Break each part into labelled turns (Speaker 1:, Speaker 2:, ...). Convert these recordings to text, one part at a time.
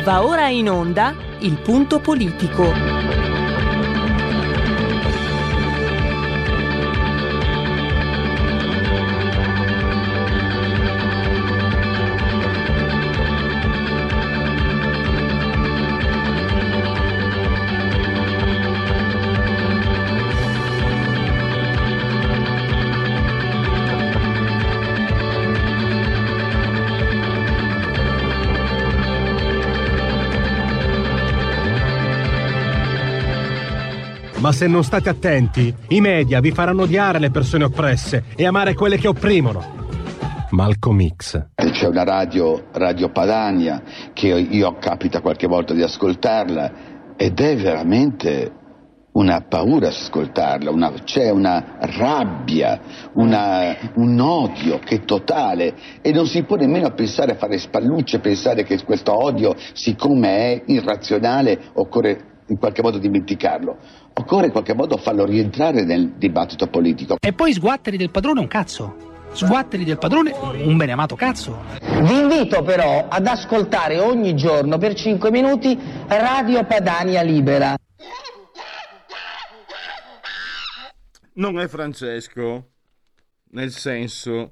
Speaker 1: Va ora in onda Il Punto Politico.
Speaker 2: Ma se non state attenti, i media vi faranno odiare le persone oppresse e amare quelle che opprimono. Malcolm X.
Speaker 3: C'è una Radio Padania, che io capita qualche volta di ascoltarla, ed è veramente una paura ascoltarla, c'è una rabbia, un odio che è totale, e non si può nemmeno pensare a fare spallucce, pensare che questo odio, siccome è irrazionale, occorre in qualche modo dimenticarlo, occorre in qualche modo farlo rientrare nel dibattito politico.
Speaker 4: E poi sguatteri del padrone un cazzo, sguatteri del padrone un beneamato cazzo.
Speaker 5: Vi invito però ad ascoltare ogni giorno per 5 minuti Radio Padania Libera.
Speaker 6: Non è Francesco nel senso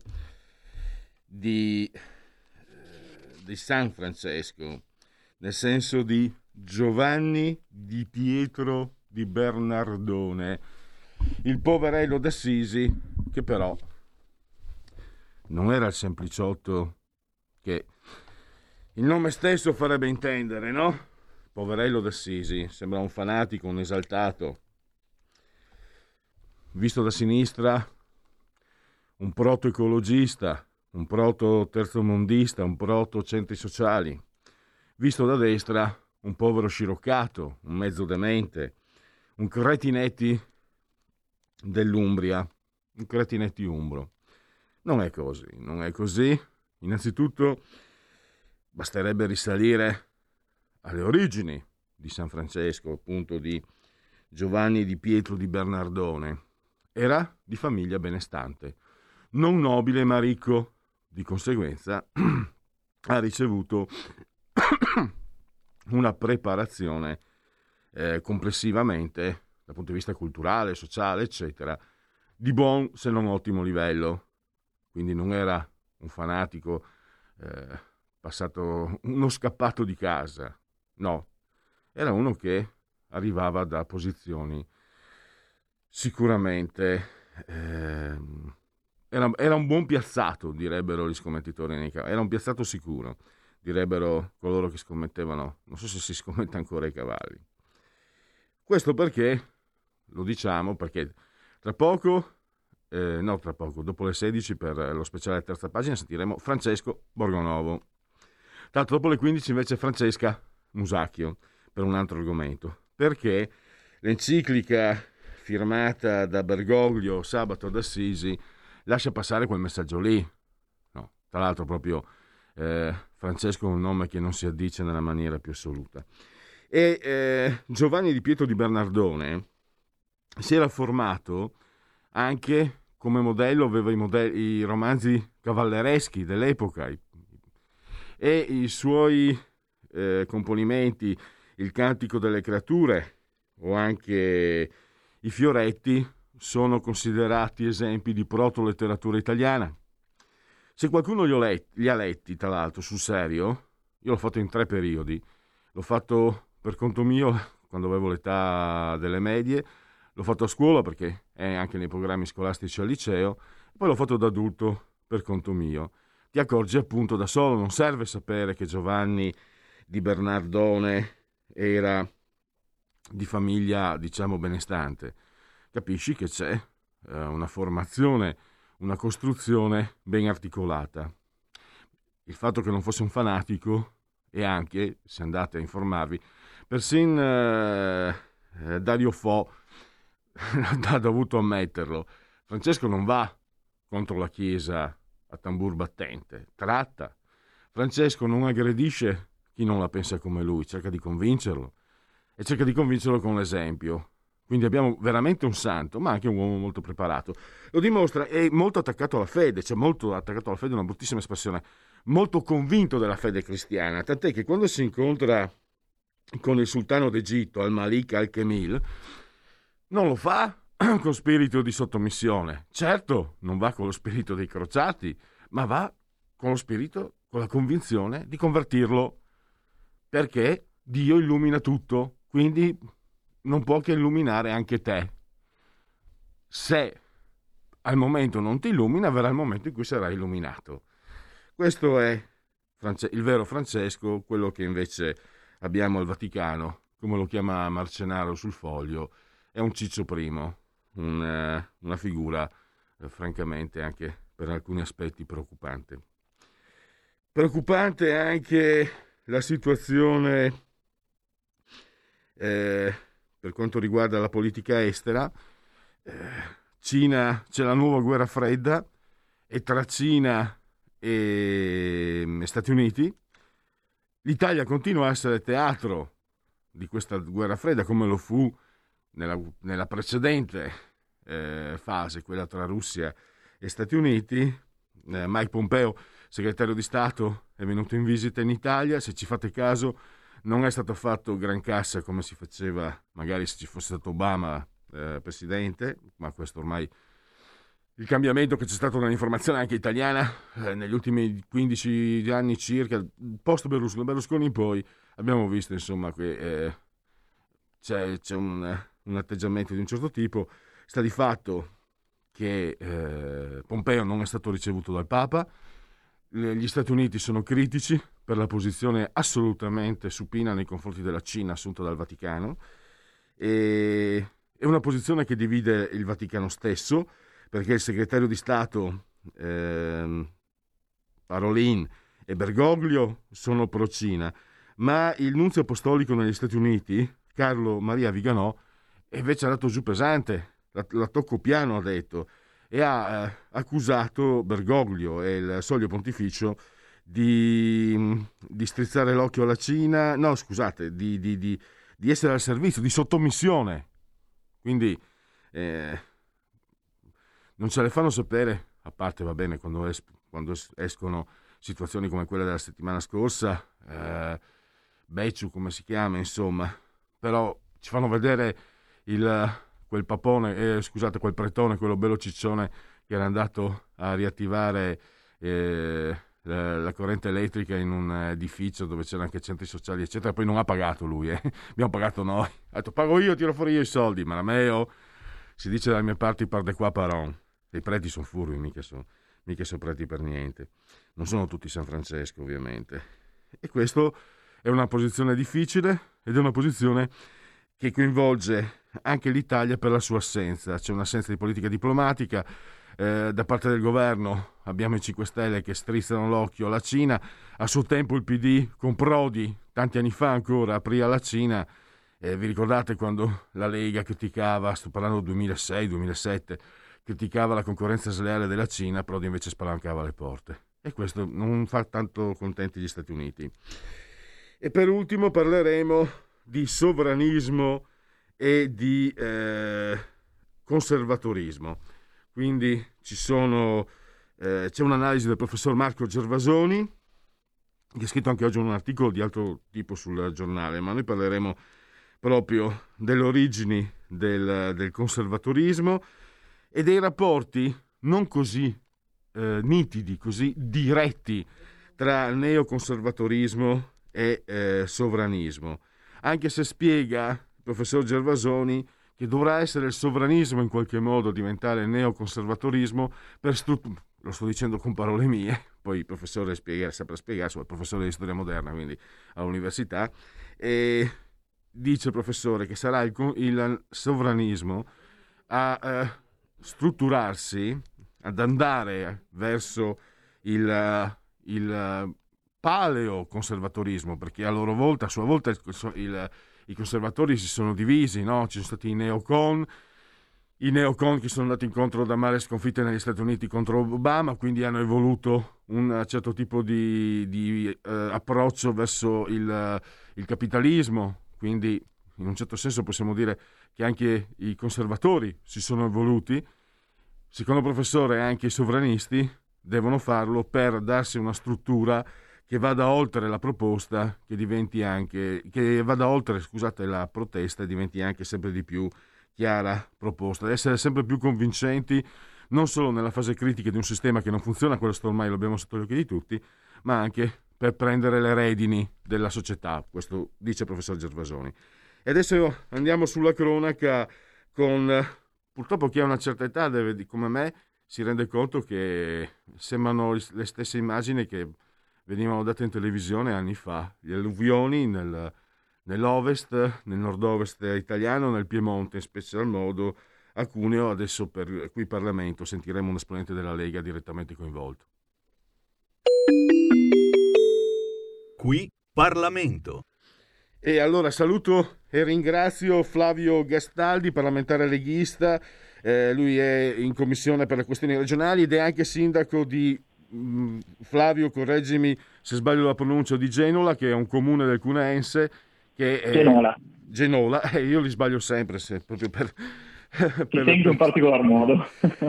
Speaker 6: di San Francesco, nel senso di Giovanni di Pietro di Bernardone, il poverello d'Assisi, che però non era il sempliciotto che il nome stesso farebbe intendere, no? Poverello d'Assisi sembra un fanatico, un esaltato, visto da sinistra un proto-ecologista, un proto-terzomondista, un proto-centri sociali, visto da destra un povero sciroccato, un mezzo demente, un cretinetti dell'Umbria, un cretinetti umbro. Non è così. Innanzitutto basterebbe risalire alle origini di San Francesco, appunto di Giovanni di Pietro di Bernardone. Era di famiglia benestante, non nobile ma ricco, di conseguenza ha ricevuto una preparazione complessivamente dal punto di vista culturale, sociale, eccetera, di buon se non ottimo livello. Quindi non era un fanatico passato, uno scappato di casa, no, era uno che arrivava da posizioni sicuramente era un buon piazzato, direbbero gli scommettitori nei cavalli, era un piazzato sicuro, direbbero coloro che scommettevano, non so se si scommette ancora ai cavalli. Questo perché, lo diciamo, perché tra poco, dopo le 16 per lo speciale terza pagina sentiremo Francesco Borgonovo. Tra l'altro dopo le 15 invece Francesca Musacchio per un altro argomento, perché l'enciclica firmata da Bergoglio sabato ad Assisi lascia passare quel messaggio lì. No, tra l'altro proprio Francesco è un nome che non si addice nella maniera più assoluta. E Giovanni di Pietro di Bernardone si era formato anche come modello, aveva i romanzi cavallereschi dell'epoca e i suoi componimenti, il Cantico delle Creature o anche i Fioretti, sono considerati esempi di proto-letteratura italiana. Se qualcuno li ha letti, tra l'altro, sul serio, io l'ho fatto in 3 periodi. L'ho fatto per conto mio quando avevo l'età delle medie, l'ho fatto a scuola perché è anche nei programmi scolastici al liceo, e poi l'ho fatto da adulto per conto mio. Ti accorgi appunto da solo, non serve sapere che Giovanni di Bernardone era di famiglia, diciamo, benestante. Capisci che c'è una formazione, una costruzione ben articolata. Il fatto che non fosse un fanatico, e anche, se andate a informarvi, persino Dario Fo ha dovuto ammetterlo. Francesco non va contro la Chiesa a tambur battente, tratta. Francesco non aggredisce chi non la pensa come lui, cerca di convincerlo, e cerca di convincerlo con l'esempio. Quindi abbiamo veramente un santo, ma anche un uomo molto preparato. Lo dimostra, è molto attaccato alla fede, cioè molto attaccato alla fede, una bruttissima espressione, molto convinto della fede cristiana, tant'è che quando si incontra con il sultano d'Egitto, al-Malik al-Kemil, non lo fa con spirito di sottomissione. Certo, non va con lo spirito dei crociati, ma va con lo spirito, con la convinzione di convertirlo, perché Dio illumina tutto, quindi non può che illuminare anche te. Se al momento non ti illumina, verrà il momento in cui sarai illuminato. Questo è il vero Francesco, quello che invece abbiamo al Vaticano, come lo chiama Marcenaro sul foglio, è un Ciccio I, una figura francamente anche per alcuni aspetti preoccupante. Preoccupante anche la situazione per quanto riguarda la politica estera. Cina, c'è la nuova guerra fredda, e tra Cina e Stati Uniti l'Italia continua a essere teatro di questa guerra fredda, come lo fu nella precedente fase, quella tra Russia e Stati Uniti. Mike Pompeo, segretario di Stato, è venuto in visita in Italia. Se ci fate caso, non è stato fatto gran cassa come si faceva magari se ci fosse stato Obama presidente, ma questo ormai, il cambiamento che c'è stato nell'informazione anche italiana negli ultimi 15 anni circa, post Berlusconi in poi, abbiamo visto insomma che c'è un atteggiamento di un certo tipo. Sta di fatto che Pompeo non è stato ricevuto dal Papa. Gli Stati Uniti sono critici per la posizione assolutamente supina nei confronti della Cina assunta dal Vaticano, e è una posizione che divide il Vaticano stesso, perché il segretario di Stato Parolin e Bergoglio sono pro-Cina, ma il nunzio apostolico negli Stati Uniti, Carlo Maria Viganò, invece ha dato giù pesante, la tocco piano ha detto, e ha accusato Bergoglio e il Soglio Pontificio di strizzare l'occhio alla Cina, no scusate, di essere al servizio, di sottomissione. Quindi non ce le fanno sapere, a parte va bene quando escono situazioni come quella della settimana scorsa, Becciu come si chiama, insomma, però ci fanno vedere quel papone, quel pretone, quello bello ciccione che era andato a riattivare la corrente elettrica in un edificio dove c'erano anche centri sociali eccetera. Poi non ha pagato lui, abbiamo pagato noi, ha detto pago io, tiro fuori io i soldi, ma la meo, si dice dalle mie parti, par de qua paron. I preti sono furbi, mica sono preti per niente, non sono tutti San Francesco ovviamente. E questo è una posizione difficile, ed è una posizione che coinvolge anche l'Italia per la sua assenza. C'è un'assenza di politica diplomatica da parte del governo. Abbiamo i 5 Stelle che strizzano l'occhio alla Cina. A suo tempo il PD con Prodi, tanti anni fa ancora, aprì alla Cina. Vi ricordate quando la Lega criticava, sto parlando del 2006-2007, criticava la concorrenza sleale della Cina, Prodi invece spalancava le porte. E questo non fa tanto contenti gli Stati Uniti. E per ultimo parleremo di sovranismo e di conservatorismo. Quindi c'è un'analisi del professor Marco Gervasoni, che ha scritto anche oggi un articolo di altro tipo sul giornale, ma noi parleremo proprio delle origini del conservatorismo e dei rapporti non così nitidi, così diretti tra neoconservatorismo e sovranismo, anche se spiega il professor Gervasoni che dovrà essere il sovranismo in qualche modo diventare neoconservatorismo lo sto dicendo con parole mie, poi il professore saprà spiegare, sono il professore di storia moderna, quindi all'università, e dice il professore che sarà il sovranismo a strutturarsi, ad andare verso il paleoconservatorismo, perché a sua volta i conservatori si sono divisi, no? Ci sono stati i neocon che sono andati incontro da mare sconfitte negli Stati Uniti contro Obama, quindi hanno evoluto un certo tipo di approccio verso il capitalismo, quindi in un certo senso possiamo dire che anche i conservatori si sono evoluti. Secondo il professore anche i sovranisti devono farlo per darsi una struttura che vada oltre la proposta, che vada oltre, scusate, la protesta e diventi anche sempre di più chiara proposta, ad essere sempre più convincenti, non solo nella fase critica di un sistema che non funziona, questo ormai lo abbiamo sotto gli occhi di tutti, ma anche per prendere le redini della società, questo dice il professor Gervasoni. E adesso andiamo sulla cronaca con, purtroppo chi ha una certa età, come me, si rende conto che sembrano le stesse immagini che venivano date in televisione anni fa, gli alluvioni nell'ovest, nel nord-ovest italiano, nel Piemonte in special modo, a Cuneo. Adesso per qui Parlamento sentiremo un esponente della Lega direttamente coinvolto.
Speaker 7: Qui Parlamento.
Speaker 6: E allora saluto e ringrazio Flavio Gastaldi, parlamentare leghista. Lui è in commissione per le questioni regionali ed è anche sindaco di Flavio, correggimi se sbaglio la pronuncia, di Genola, che è un comune del Cuneense, che è Genola. Io li sbaglio sempre, proprio per
Speaker 8: in un particolar modo.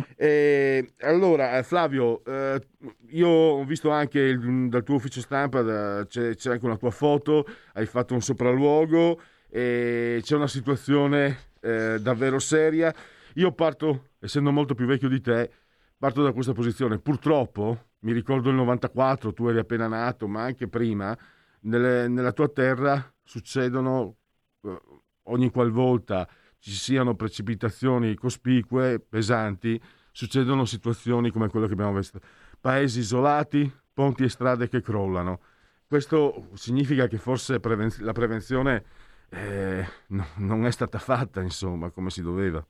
Speaker 6: Allora Flavio, io ho visto anche dal tuo ufficio stampa, c'è anche una tua foto, hai fatto un sopralluogo e c'è una situazione davvero seria. Io parto, essendo molto più vecchio di te, parto da questa posizione. Purtroppo, mi ricordo il 94, tu eri appena nato, ma anche prima, nella tua terra succedono, ogni qualvolta ci siano precipitazioni cospicue, pesanti, succedono situazioni come quelle che abbiamo visto. Paesi isolati, ponti e strade che crollano. Questo significa che forse la prevenzione non è stata fatta, insomma, come si doveva.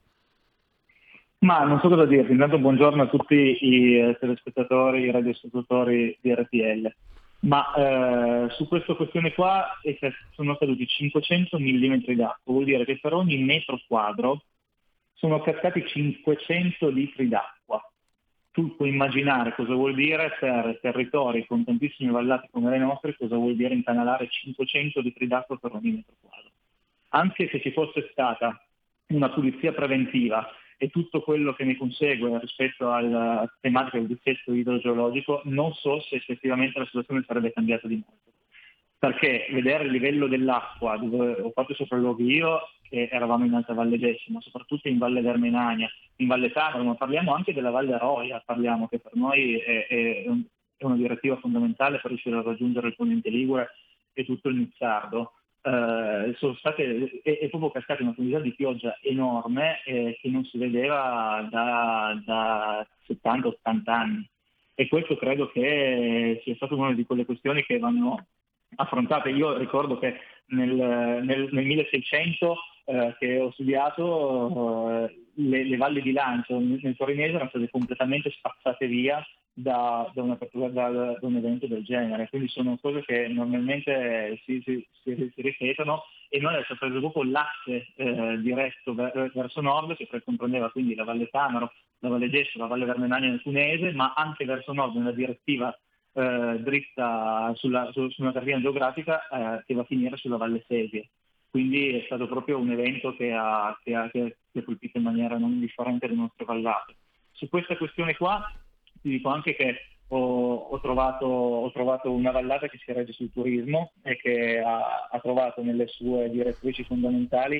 Speaker 8: Ma non so cosa dirti. Intanto buongiorno a tutti i telespettatori, i radioascoltatori di RTL. Ma su questa questione qua sono caduti 500 mm d'acqua, vuol dire che per ogni metro quadro sono cascati 500 litri d'acqua. Tu puoi immaginare cosa vuol dire per territori con tantissime vallate come le nostre, cosa vuol dire incanalare 500 litri d'acqua per ogni metro quadro. Anche se ci fosse stata una pulizia preventiva e tutto quello che ne consegue rispetto alla tematica del dissesto idrogeologico, non so se effettivamente la situazione sarebbe cambiata di molto. Perché vedere il livello dell'acqua, dove ho fatto sopralluoghi io, che eravamo in Alta Valle Decima, soprattutto in Valle Vermenania, in Valle Tanaro, ma parliamo anche della Valle Roia, che per noi è una direttiva fondamentale per riuscire a raggiungere il Ponente Ligure e tutto il Nizzardo. Sono state è proprio cascata una quantità di pioggia enorme che non si vedeva da 70-80 anni, e questo credo che sia stata una di quelle questioni che vanno affrontate. Io ricordo che nel 1600 che ho studiato le valli di Lancio nel Torinese erano state completamente spazzate via da un evento del genere, quindi sono cose che normalmente si ripetono, e noi abbiamo preso proprio l'asse diretto verso nord, che comprendeva quindi la Valle Tanaro, la Valle Gesso, la Valle Vermenania nel Cuneese, ma anche verso nord nella direttiva dritta su una cartina geografica che va a finire sulla Valle Sesie. Quindi è stato proprio un evento che ha colpito in maniera non indifferente le nostre vallate. Su questa questione qua ti dico anche che ho trovato una vallata che si regge sul turismo e che ha trovato nelle sue direttrici fondamentali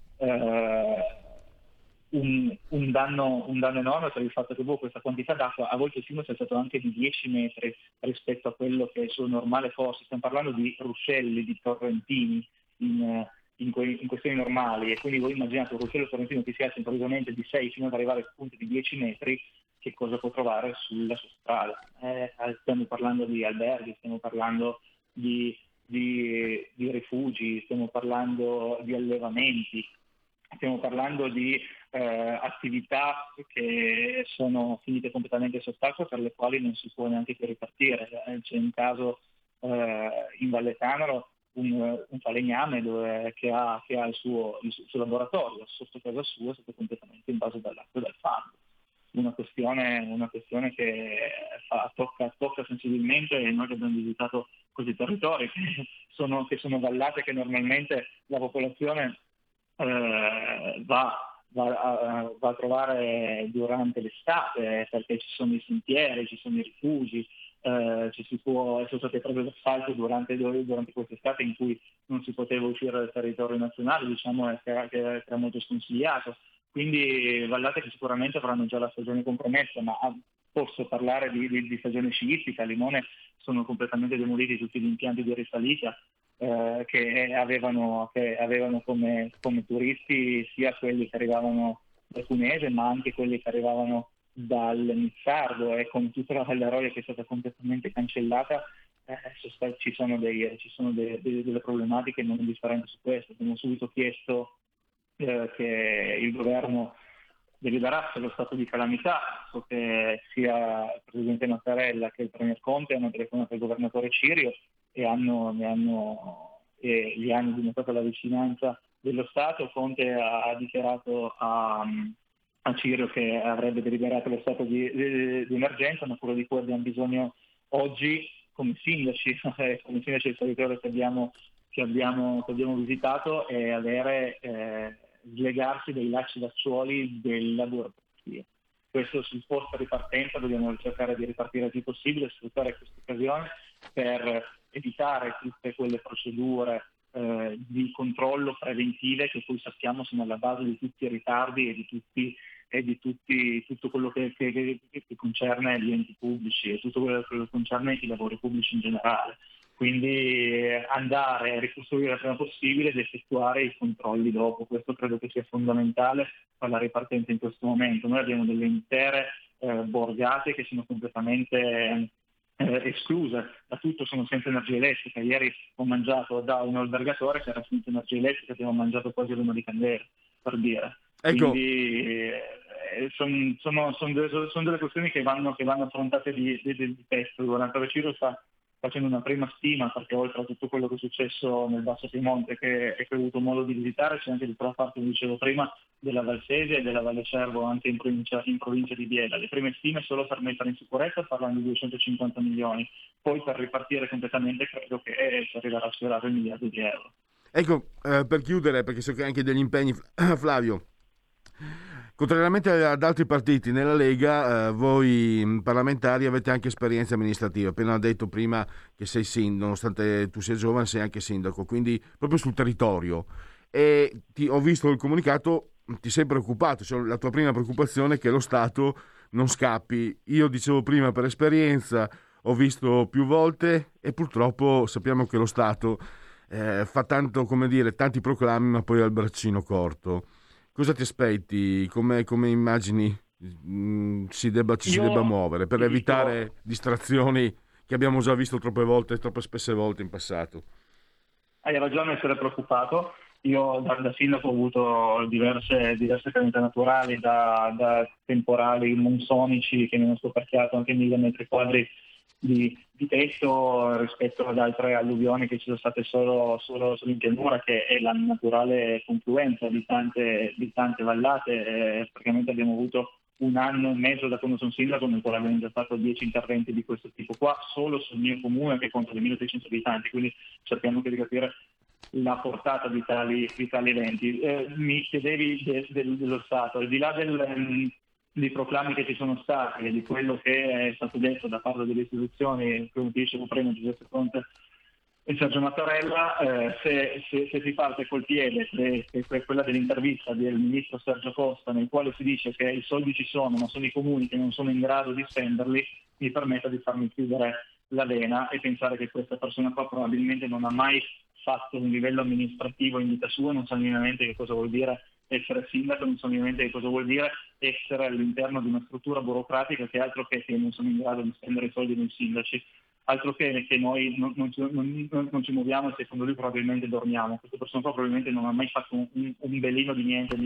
Speaker 8: un danno enorme, per il fatto che questa quantità d'acqua a volte il fiume è stato anche di 10 metri rispetto a quello che è il suo normale corso. Stiamo parlando di ruscelli, di torrentini in questioni normali, e quindi voi immaginate un ruscello torrentino che si alza improvvisamente di 6 fino ad arrivare a punti di 10 metri, che cosa può trovare sulla sua strada. Stiamo parlando di alberghi, stiamo parlando di rifugi, stiamo parlando di allevamenti, stiamo parlando di attività che sono finite completamente sott'acqua, per le quali non si può neanche più ripartire. C'è un caso in Valle Tanaro, un falegname che ha il suo laboratorio sotto casa sua, è stato completamente invaso dall'acqua e dal fango. Una questione che tocca sensibilmente, e noi che abbiamo visitato questi territori che sono vallate che normalmente la popolazione va va a trovare durante l'estate, perché ci sono i sentieri, ci sono i rifugi, sono state prese d'assalto durante quest'estate in cui non si poteva uscire dal territorio nazionale, diciamo che era molto sconsigliato. Quindi vallate che sicuramente avranno già la stagione compromessa, ma posso parlare di stagione sciistica. A Limone sono completamente demoliti tutti gli impianti di risalita che avevano come turisti sia quelli che arrivavano dal Cunese, ma anche quelli che arrivavano dal Nizzardo, e con tutta la Valle Roia che è stata completamente cancellata, ci sono delle problematiche non indifferenti su questo. Abbiamo subito chiesto che il governo deliberasse lo stato di calamità. So che sia il Presidente Mattarella che il Premier Conte hanno telefonato al Governatore Cirio e gli hanno dimostrato la vicinanza dello Stato. Conte ha dichiarato a Cirio che avrebbe deliberato lo stato di emergenza, ma quello di cui abbiamo bisogno oggi come sindaci del territorio che abbiamo visitato è avere slegarsi dai lacci lacciuoli della burocrazia. Questo sul posto ripartenza dobbiamo cercare di ripartire il più possibile, sfruttare questa occasione per evitare tutte quelle procedure di controllo preventive che poi sappiamo sono alla base di tutti i ritardi e di tutto quello che concerne gli enti pubblici e tutto quello che concerne i lavori pubblici in generale. Quindi andare a ricostruire il prima possibile ed effettuare i controlli dopo. Questo credo che sia fondamentale per la ripartenza in questo momento. Noi abbiamo delle intere borgate che sono completamente escluse da tutto, sono senza energia elettrica. Ieri ho mangiato da un albergatore che era senza energia elettrica, abbiamo mangiato quasi l'una di candela, per dire. Ecco. Quindi sono delle questioni che vanno affrontate di testo. Il governatore Cirio sta facendo una prima stima, perché oltre a tutto quello che è successo nel Basso Piemonte che ho avuto modo di visitare, c'è anche tutta la parte, come dicevo prima, della Valsesia e della Valle Cervo, anche in provincia di Biella. Le prime stime solo per mettere in sicurezza parlano di 250 milioni, poi per ripartire completamente credo che si arriverà a sfiorare il €1 miliardo.
Speaker 6: Ecco, per chiudere, perché so che hai anche degli impegni, Flavio, contrariamente ad altri partiti, nella Lega voi parlamentari avete anche esperienza amministrativa. Appena detto prima che sei sindaco, nonostante tu sia giovane, sei anche sindaco, quindi proprio sul territorio. E ho visto il comunicato, ti sei preoccupato, cioè la tua prima preoccupazione è che lo Stato non scappi. Io dicevo prima, per esperienza, ho visto più volte e purtroppo sappiamo che lo Stato fa tanti proclami, ma poi ha il braccino corto. Cosa ti aspetti? Come immagini ci si debba muovere per evitare distrazioni che abbiamo già visto troppe spesse volte in passato?
Speaker 8: Hai ragione a essere preoccupato. Io da sindaco ho avuto diverse calamità naturali, da temporali monsonici che mi hanno scoperchiato anche 1000 metri quadri di tetto rispetto ad altre alluvioni che ci sono state solo in pianura, che è la naturale confluenza di tante vallate. Praticamente abbiamo avuto un anno e mezzo da quando sono sindaco nel quale abbiamo già fatto 10 interventi di questo tipo qua solo sul mio comune, che conta 2.600 abitanti, quindi cerchiamo anche di capire la portata di tali eventi. Mi chiedevi dello Stato, al di là dei proclami che ci sono stati e di quello che è stato detto da parte delle istituzioni, come ti dicevo prima, Giuseppe Conte e Sergio Mattarella, se si parte col piede, che è quella dell'intervista del ministro Sergio Costa, nel quale si dice che i soldi ci sono, ma sono i comuni che non sono in grado di spenderli, mi permetta di farmi chiudere la vena e pensare che questa persona qua probabilmente non ha mai fatto un livello amministrativo in vita sua, non sa minimamente che cosa vuol dire essere sindaco, non so minimamente che cosa vuol dire essere all'interno di una struttura burocratica che altro che non sono in grado di spendere i soldi dei sindaci, altro che noi non ci muoviamo e secondo lui probabilmente dormiamo. Questa persona qua probabilmente non ha mai fatto un bellino di niente,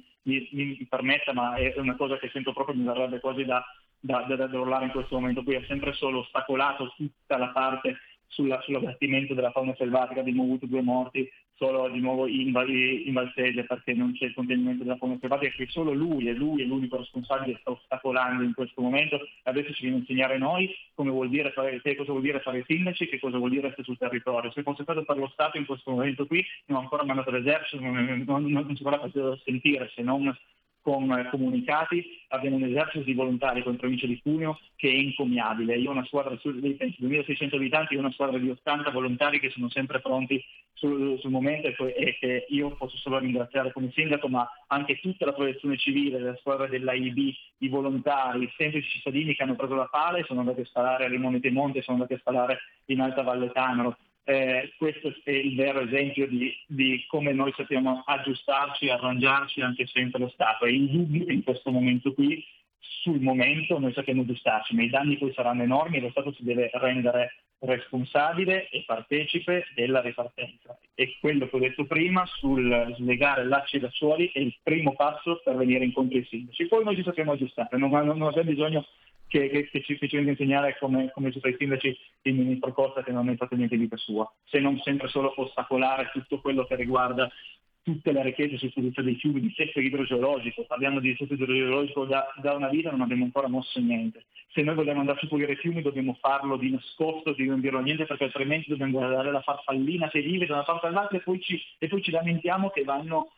Speaker 8: mi permetta, ma è una cosa che sento proprio, mi verrebbe quasi da urlare in questo momento. Qui ha sempre solo ostacolato tutta la parte sull'abbattimento della fauna selvatica. Abbiamo avuto 2 morti solo di nuovo in Valsese perché non c'è il contenimento della fauna selvatica, che solo lui è l'unico responsabile, sta ostacolando in questo momento. Adesso ci viene a insegnare noi come vuol dire che cosa vuol dire fare i sindaci, che cosa vuol dire essere sul territorio. Se fosse stato per lo Stato in questo momento qui non ha ancora mandato l'esercito, non si vorrà fatto sentire se non con comunicati. Abbiamo un esercito di volontari con provincia di Cuneo che è incommiabile. Io ho una squadra di 2.600 abitanti e una squadra di 80 volontari che sono sempre pronti sul momento e che io posso solo ringraziare come sindaco, ma anche tutta la protezione civile, la squadra dell'AIB, i volontari, i semplici cittadini che hanno preso la pala e sono andati a spalare a Rimone Piemonte, sono andati a spalare in Alta Valle Tanaro. Questo è il vero esempio di come noi sappiamo aggiustarci, arrangiarci anche senza lo Stato. È indubbio che in questo momento qui, sul momento, noi sappiamo aggiustarci, ma i danni poi saranno enormi e lo Stato si deve rendere responsabile e partecipe della ripartenza. E quello che ho detto prima sul slegare lacci da soli è il primo passo per venire incontro ai sindaci. Poi noi ci sappiamo aggiustare, non abbiamo bisogno che ci venga a insegnare come ci fa i sindaci il ministro Costa, che non è fatto niente di vita sua, se non sempre solo ostacolare tutto quello che riguarda tutte le richieste su pulizia dei fiumi, di dissesto idrogeologico. Parliamo di dissesto idrogeologico da una vita, non abbiamo ancora mosso niente. Se noi vogliamo andare a pulire i fiumi dobbiamo farlo di nascosto, di non dirlo niente, perché altrimenti dobbiamo guardare la farfallina che vive da una parte all'altra e poi ci lamentiamo che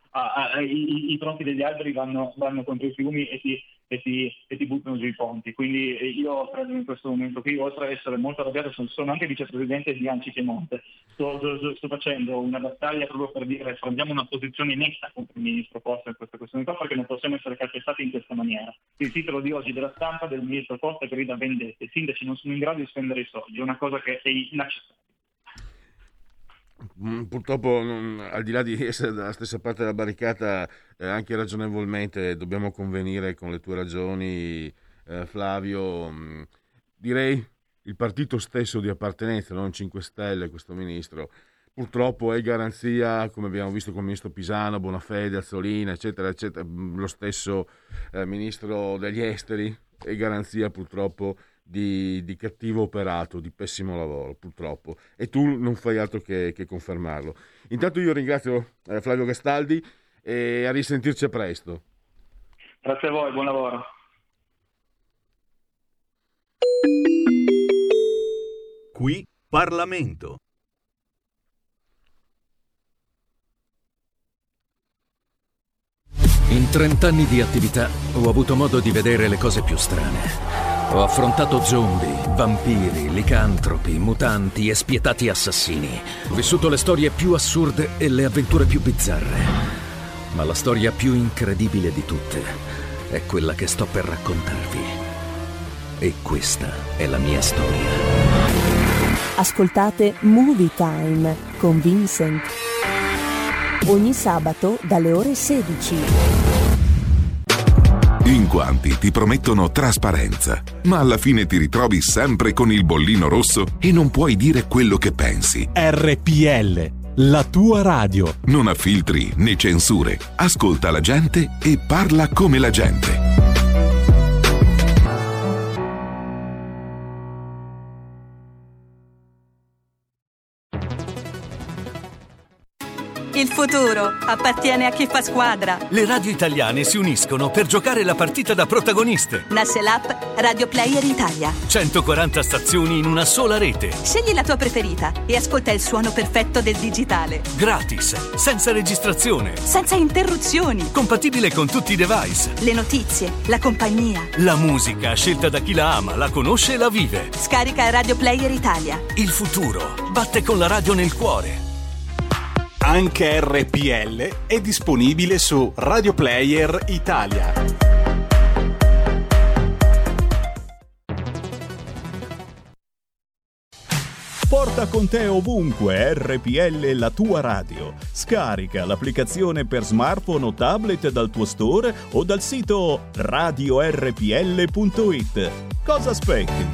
Speaker 8: i tronchi degli alberi vanno contro i fiumi e ti buttano giù i ponti. Quindi io credo in questo momento qui, oltre ad essere molto arrabbiato, sono anche vicepresidente di Anci Piemonte. Sto facendo una battaglia proprio per dire prendiamo una posizione netta contro il ministro Costa in questa questione qua, perché non possiamo essere calpestati in questa maniera. Il titolo di oggi della stampa del ministro Costa grida vendette, i sindaci non sono in grado di spendere i soldi, è una cosa che è inaccettabile.
Speaker 6: Purtroppo, al di là di essere dalla stessa parte della barricata, anche ragionevolmente dobbiamo convenire con le tue ragioni, Flavio. Direi il partito stesso di appartenenza, non 5 Stelle, questo ministro, purtroppo è garanzia, come abbiamo visto con il ministro Pisano, Bonafede, Azzolina, eccetera, eccetera, lo stesso ministro degli esteri, è garanzia purtroppo di cattivo operato, di pessimo lavoro, purtroppo, e tu non fai altro che confermarlo. Intanto io ringrazio Flavio Gastaldi e a risentirci a presto.
Speaker 8: Grazie a voi, buon lavoro.
Speaker 7: Qui Parlamento.
Speaker 9: In 30 anni di attività ho avuto modo di vedere le cose più strane. Ho affrontato zombie, vampiri, licantropi, mutanti e spietati assassini. Ho vissuto le storie più assurde e le avventure più bizzarre. Ma la storia più incredibile di tutte è quella che sto per raccontarvi. E questa è la mia storia.
Speaker 1: Ascoltate Movie Time con Vincent. Ogni sabato dalle ore 16.
Speaker 10: In quanti ti promettono trasparenza, ma alla fine ti ritrovi sempre con il bollino rosso e non puoi dire quello che pensi.
Speaker 11: RPL, la tua radio.
Speaker 10: Non ha filtri né censure. Ascolta la gente e parla come la gente.
Speaker 12: Il futuro appartiene a chi fa squadra.
Speaker 13: Le radio italiane si uniscono per giocare la partita da protagoniste.
Speaker 12: Nasce l'app Radio Player Italia.
Speaker 13: 140 stazioni in una sola rete.
Speaker 12: Scegli la tua preferita e ascolta il suono perfetto del digitale.
Speaker 13: Gratis, senza registrazione.
Speaker 12: Senza interruzioni.
Speaker 13: Compatibile con tutti i device.
Speaker 12: Le notizie, la compagnia.
Speaker 13: La musica, scelta da chi la ama, la conosce e la vive.
Speaker 12: Scarica Radio Player Italia.
Speaker 13: Il futuro batte con la radio nel cuore.
Speaker 11: Anche RPL è disponibile su Radio Player Italia. Porta con te ovunque RPL, la tua radio. Scarica l'applicazione per smartphone o tablet dal tuo store o dal sito radiorpl.it. Cosa aspetti?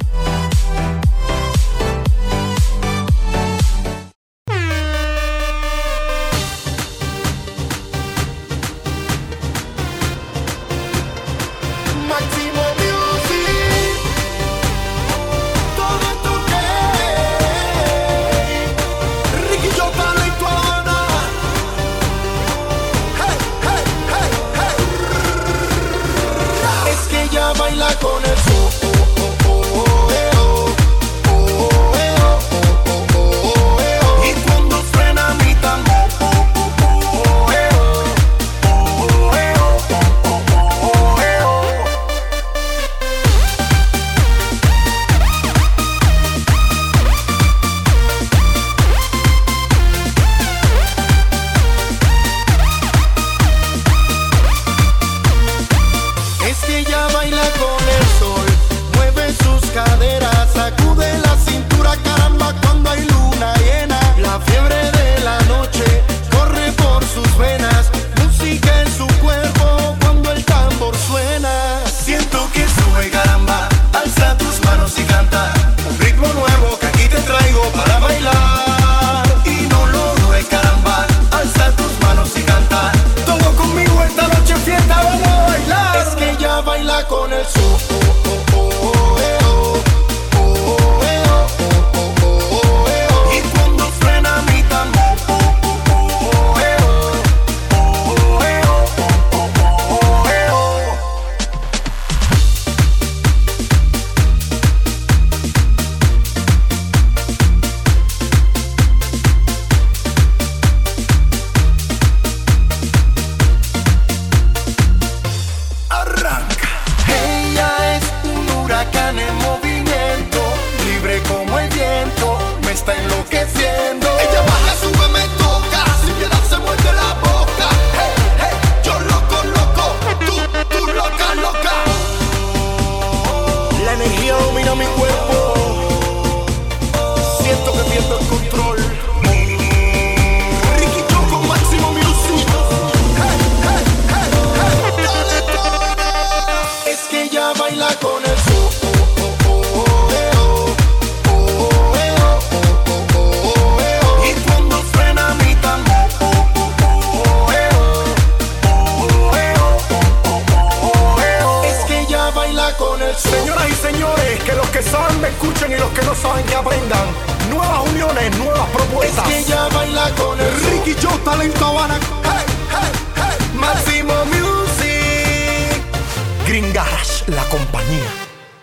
Speaker 14: Molinco wanna, hey, hey, hey, Massimo Music. Green Garage, la compagnia.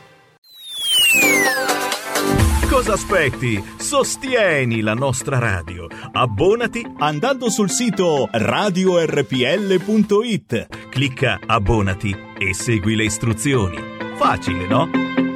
Speaker 11: Cosa aspetti? Sostieni la nostra radio. Abbonati andando sul sito radiorpl.it. Clicca abbonati e segui le istruzioni. Facile, no?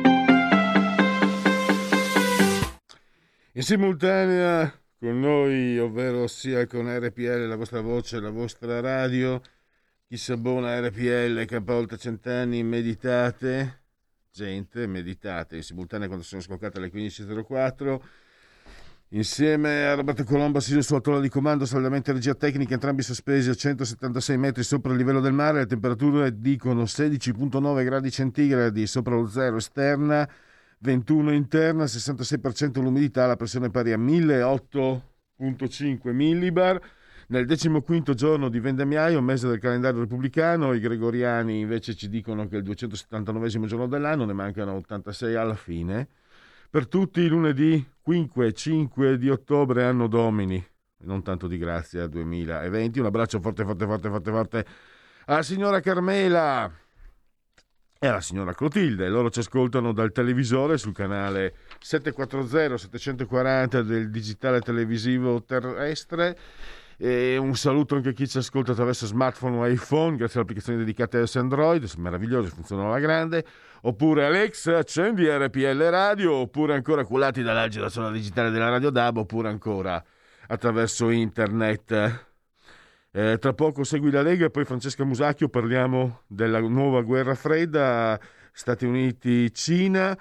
Speaker 6: In simultanea con noi, ovvero sia con RPL, la vostra voce, la vostra radio. Chi si abbona a RPL, K8 cent'anni, meditate. Gente, meditate in simultanea quando sono scoccate alle 15.04 insieme a Roberto Colombo, assiso sulla tolla di comando, saldamente regia tecnica, entrambi sospesi a 176 metri sopra il livello del mare. Le temperature dicono 16,9 gradi centigradi sopra lo zero esterna, 21 interna, 66% l'umidità, la pressione pari a 1008,5 millibar. Nel 15° giorno di vendemmiaio, mese del calendario repubblicano, i gregoriani invece ci dicono che è il 279° giorno dell'anno, ne mancano 86 alla fine. Per tutti lunedì 5 di ottobre, anno domini, non tanto di grazia, 2020. Un abbraccio forte alla signora Carmela e alla signora Clotilde. Loro ci ascoltano dal televisore sul canale 740-740 del digitale televisivo terrestre. E un saluto anche a chi ci ascolta attraverso smartphone o iPhone, grazie alle applicazioni dedicate a iOS e Android, meravigliose, funzionano alla grande. Oppure Alexa, accendi RPL Radio, oppure ancora cullati dall'agile suono digitale della Radio DAB, oppure ancora attraverso internet. Tra poco segui la Lega e poi Francesca Musacchio, parliamo della nuova guerra fredda, Stati Uniti-Cina,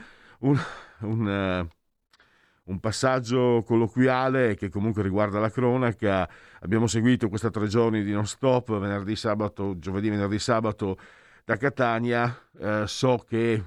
Speaker 6: un passaggio colloquiale che comunque riguarda la cronaca. Abbiamo seguito questi 3 giorni di non stop, giovedì, venerdì, sabato da Catania. So che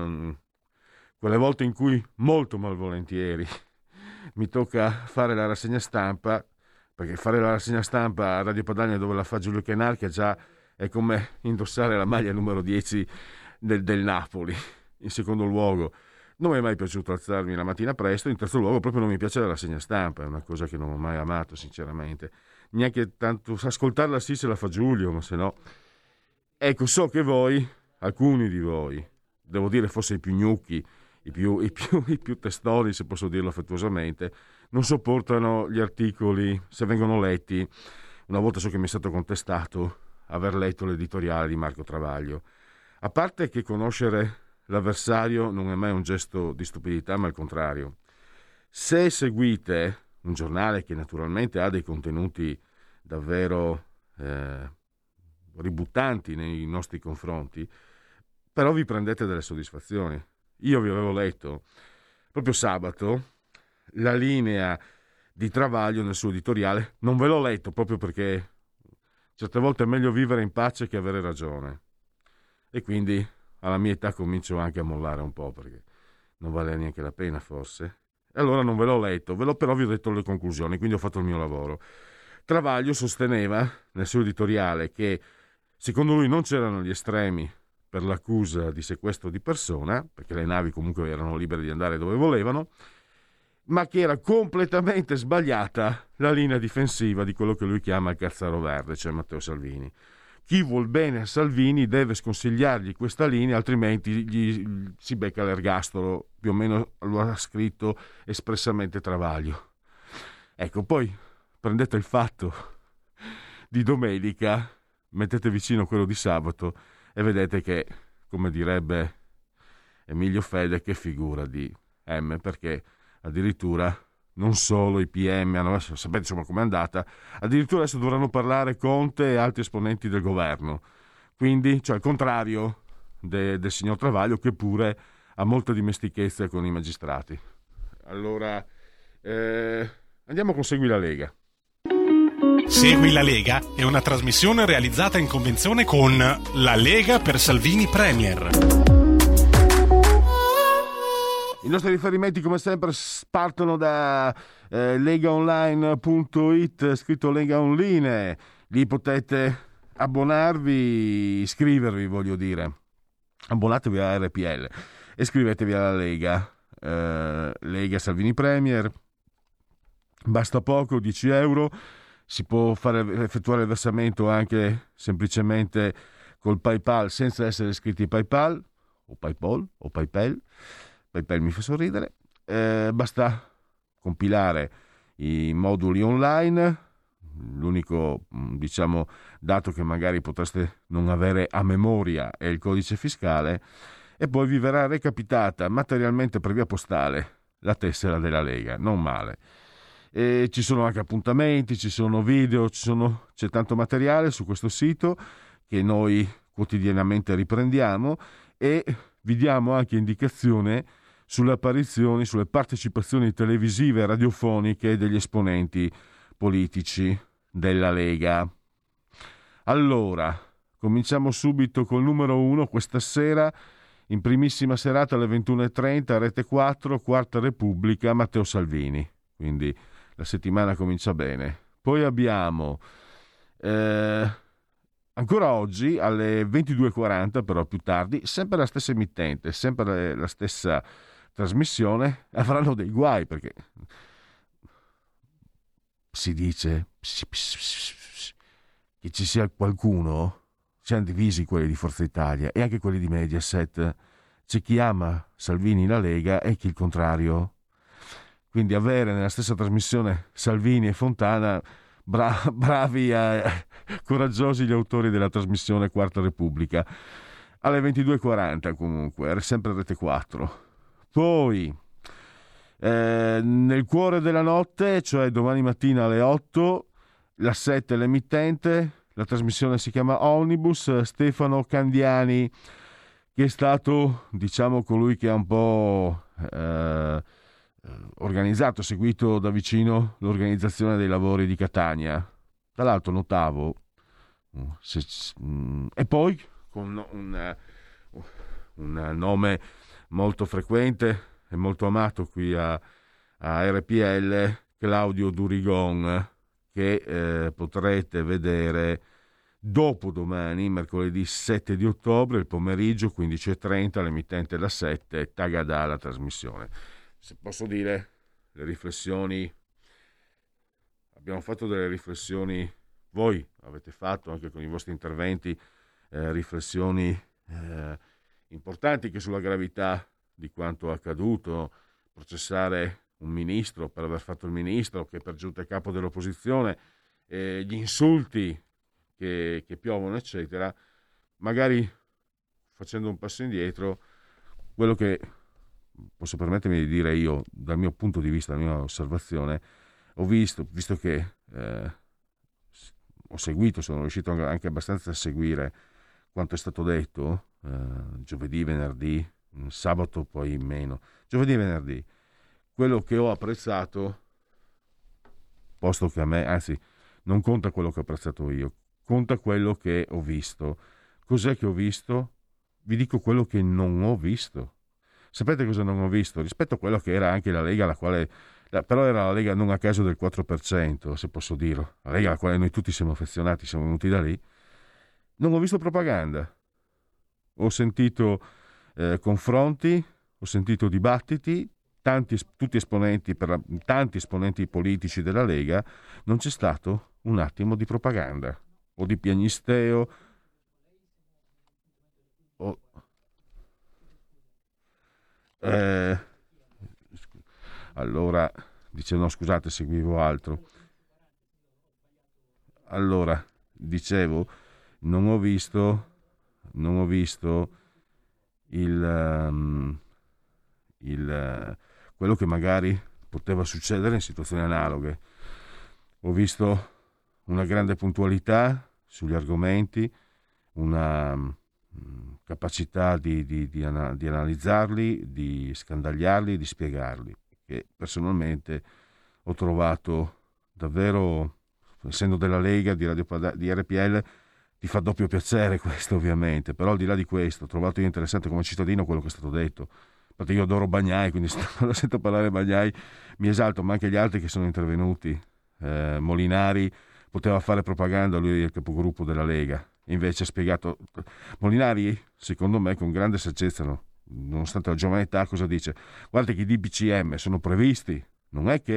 Speaker 6: quelle volte in cui molto malvolentieri mi tocca fare la rassegna stampa, perché fare la rassegna stampa a Radio Padania dove la fa Giulio Chianarchia già è come indossare la maglia numero 10 del Napoli. In secondo luogo, non mi è mai piaciuto alzarmi la mattina presto. In terzo luogo, proprio non mi piace la rassegna stampa, è una cosa che non ho mai amato, sinceramente. Neanche tanto ascoltarla sì se la fa Giulio, ma se no. Ecco, so che voi, alcuni di voi, devo dire forse i più gnocchi, i più testoni, se posso dirlo affettuosamente, non sopportano gli articoli se vengono letti. Una volta so che mi è stato contestato aver letto l'editoriale di Marco Travaglio. A parte che conoscere l'avversario non è mai un gesto di stupidità, ma al contrario. Se seguite un giornale che naturalmente ha dei contenuti davvero ributtanti nei nostri confronti, però vi prendete delle soddisfazioni. Io vi avevo letto proprio sabato la linea di Travaglio nel suo editoriale. Non ve l'ho letto proprio perché certe volte è meglio vivere in pace che avere ragione, e quindi alla mia età comincio anche a mollare un po', perché non vale neanche la pena forse. E allora non ve l'ho letto, però vi ho detto le conclusioni, quindi ho fatto il mio lavoro. Travaglio sosteneva nel suo editoriale che secondo lui non c'erano gli estremi per l'accusa di sequestro di persona, perché le navi comunque erano libere di andare dove volevano, ma che era completamente sbagliata la linea difensiva di quello che lui chiama il cazzaro verde, cioè Matteo Salvini. Chi vuol bene a Salvini deve sconsigliargli questa linea, altrimenti gli si becca l'ergastolo, più o meno lo ha scritto espressamente Travaglio. Ecco, poi prendete il fatto di domenica, mettete vicino quello di sabato e vedete che, come direbbe Emilio Fede, che figura di M, perché addirittura non solo i PM, sapete insomma com'è andata, addirittura adesso dovranno parlare Conte e altri esponenti del governo. Quindi, cioè il contrario del signor Travaglio, che pure ha molta dimestichezza con i magistrati. Allora, andiamo con Segui la Lega.
Speaker 15: Segui la Lega è una trasmissione realizzata in convenzione con La Lega per Salvini Premier.
Speaker 6: I nostri riferimenti, come sempre, partono da legaonline.it, scritto Lega Online. Lì potete abbonarvi, iscrivervi, voglio dire. Abbonatevi a RPL, iscrivetevi alla Lega, Lega Salvini Premier. Basta poco, 10 euro. si può effettuare il versamento anche semplicemente col PayPal senza essere iscritti a PayPal o PayPal o PayPal mi fa sorridere. Basta compilare i moduli online. L'unico, diciamo, dato che magari potreste non avere a memoria è il codice fiscale, e poi vi verrà recapitata materialmente per via postale la tessera della Lega. Non male. E ci sono anche appuntamenti, ci sono video, c'è tanto materiale su questo sito che noi quotidianamente riprendiamo, e vi diamo anche indicazione sulle apparizioni, sulle partecipazioni televisive e radiofoniche degli esponenti politici della Lega. Allora, cominciamo subito col numero 1 questa sera, in primissima serata alle 21.30, Rete 4, Quarta Repubblica, Matteo Salvini. Quindi la settimana comincia bene. Poi abbiamo ancora oggi alle 22.40, però più tardi, sempre la stessa emittente, sempre la stessa trasmissione, avranno dei guai perché si dice che ci sia qualcuno, ci hanno divisi quelli di Forza Italia e anche quelli di Mediaset, c'è chi ama Salvini la Lega e chi il contrario. Quindi avere nella stessa trasmissione Salvini e Fontana, bravi coraggiosi gli autori della trasmissione Quarta Repubblica, alle 22.40 comunque, sempre Rete 4. Poi nel cuore della notte, cioè domani mattina alle 8, la 7 l'emittente, la trasmissione si chiama Omnibus, Stefano Candiani, che è stato, diciamo, colui che ha un po' organizzato, seguito da vicino l'organizzazione dei lavori di Catania. Tra l'altro notavo, e poi con un nome molto frequente e molto amato qui a RPL, Claudio Durigon, che potrete vedere dopodomani, mercoledì 7 di ottobre, il pomeriggio 15.30, l'emittente da 7, Tagadà la trasmissione. Se posso dire, le riflessioni, abbiamo fatto delle riflessioni, voi avete fatto anche con i vostri interventi riflessioni importanti che sulla gravità di quanto accaduto, processare un ministro per aver fatto il ministro, che per giunta è capo dell'opposizione, gli insulti che piovono, eccetera. Magari facendo un passo indietro, quello che posso permettermi di dire io, dal mio punto di vista, dalla mia osservazione, ho visto che ho seguito, sono riuscito anche abbastanza a seguire quanto è stato detto giovedì, venerdì, sabato poi meno, giovedì e venerdì. Quello che ho apprezzato, posto che a me, anzi, non conta quello che ho apprezzato io, conta quello che ho visto. Cos'è che ho visto? Vi dico quello che non ho visto. Sapete cosa non ho visto? Rispetto a quello che era anche la Lega, la quale, però era la Lega non a caso del 4%, se posso dirlo, la Lega alla quale noi tutti siamo affezionati, siamo venuti da lì. Non ho visto propaganda. Ho sentito confronti, ho sentito dibattiti, tanti esponenti politici della Lega. Non c'è stato un attimo di propaganda o di piagnisteo allora dice no, scusate, seguivo altro. Allora dicevo, non ho visto quello che magari poteva succedere in situazioni analoghe. Ho visto una grande puntualità sugli argomenti, una capacità di analizzarli, di scandagliarli, di spiegarli, che personalmente ho trovato davvero, essendo della Lega, di RPL, ti fa doppio piacere questo ovviamente, però al di là di questo ho trovato io interessante come cittadino quello che è stato detto, perché io adoro Bagnai, quindi quando sento parlare Bagnai mi esalto, ma anche gli altri che sono intervenuti. Molinari poteva fare propaganda, lui è il capogruppo della Lega, invece ha spiegato. Molinari, secondo me, con grande saggezza, no? Nonostante la giovane età, cosa dice? Guarda che i DPCM sono previsti, non è che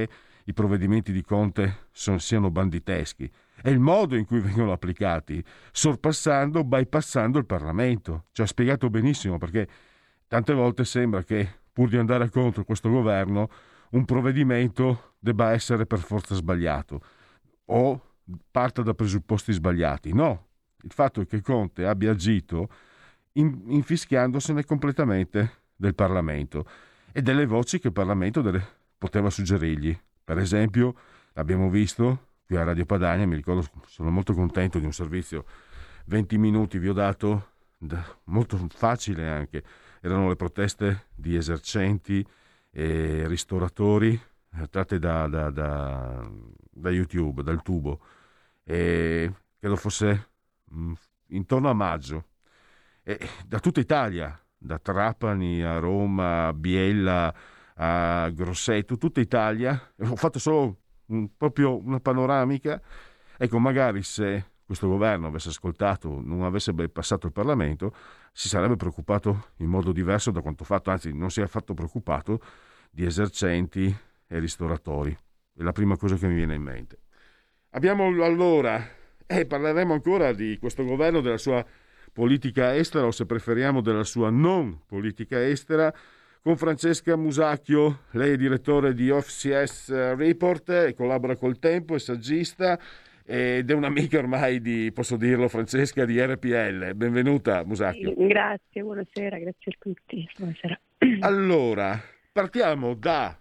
Speaker 6: i provvedimenti di Conte siano banditeschi, è il modo in cui vengono applicati, bypassando il Parlamento. Ci ha spiegato benissimo, perché tante volte sembra che, pur di andare contro questo governo, un provvedimento debba essere per forza sbagliato o parta da presupposti sbagliati. No, il fatto è che Conte abbia agito infischiandosene completamente del Parlamento e delle voci che il Parlamento poteva suggerirgli. Per esempio, l'abbiamo visto qui a Radio Padania, mi ricordo, sono molto contento di un servizio 20 minuti vi ho dato, molto facile anche, erano le proteste di esercenti e ristoratori tratte da YouTube, dal tubo, e credo fosse intorno a maggio, e da tutta Italia, da Trapani a Roma, a Biella, a Grosseto, tutta Italia. Ho fatto solo proprio una panoramica. Ecco, magari se questo governo avesse ascoltato, non avesse bypassato il Parlamento, si sarebbe preoccupato in modo diverso da quanto fatto, anzi non si è affatto preoccupato di esercenti e ristoratori. È la prima cosa che mi viene in mente. Abbiamo allora, parleremo ancora di questo governo, della sua politica estera, o se preferiamo della sua non politica estera, con Francesca Musacchio. Lei è direttore di OFCS Report e collabora col Tempo, è saggista ed è un'amica ormai posso dirlo, Francesca, di RPL. Benvenuta, Musacchio.
Speaker 16: Grazie, buonasera, grazie a tutti. Buonasera.
Speaker 6: Allora, partiamo da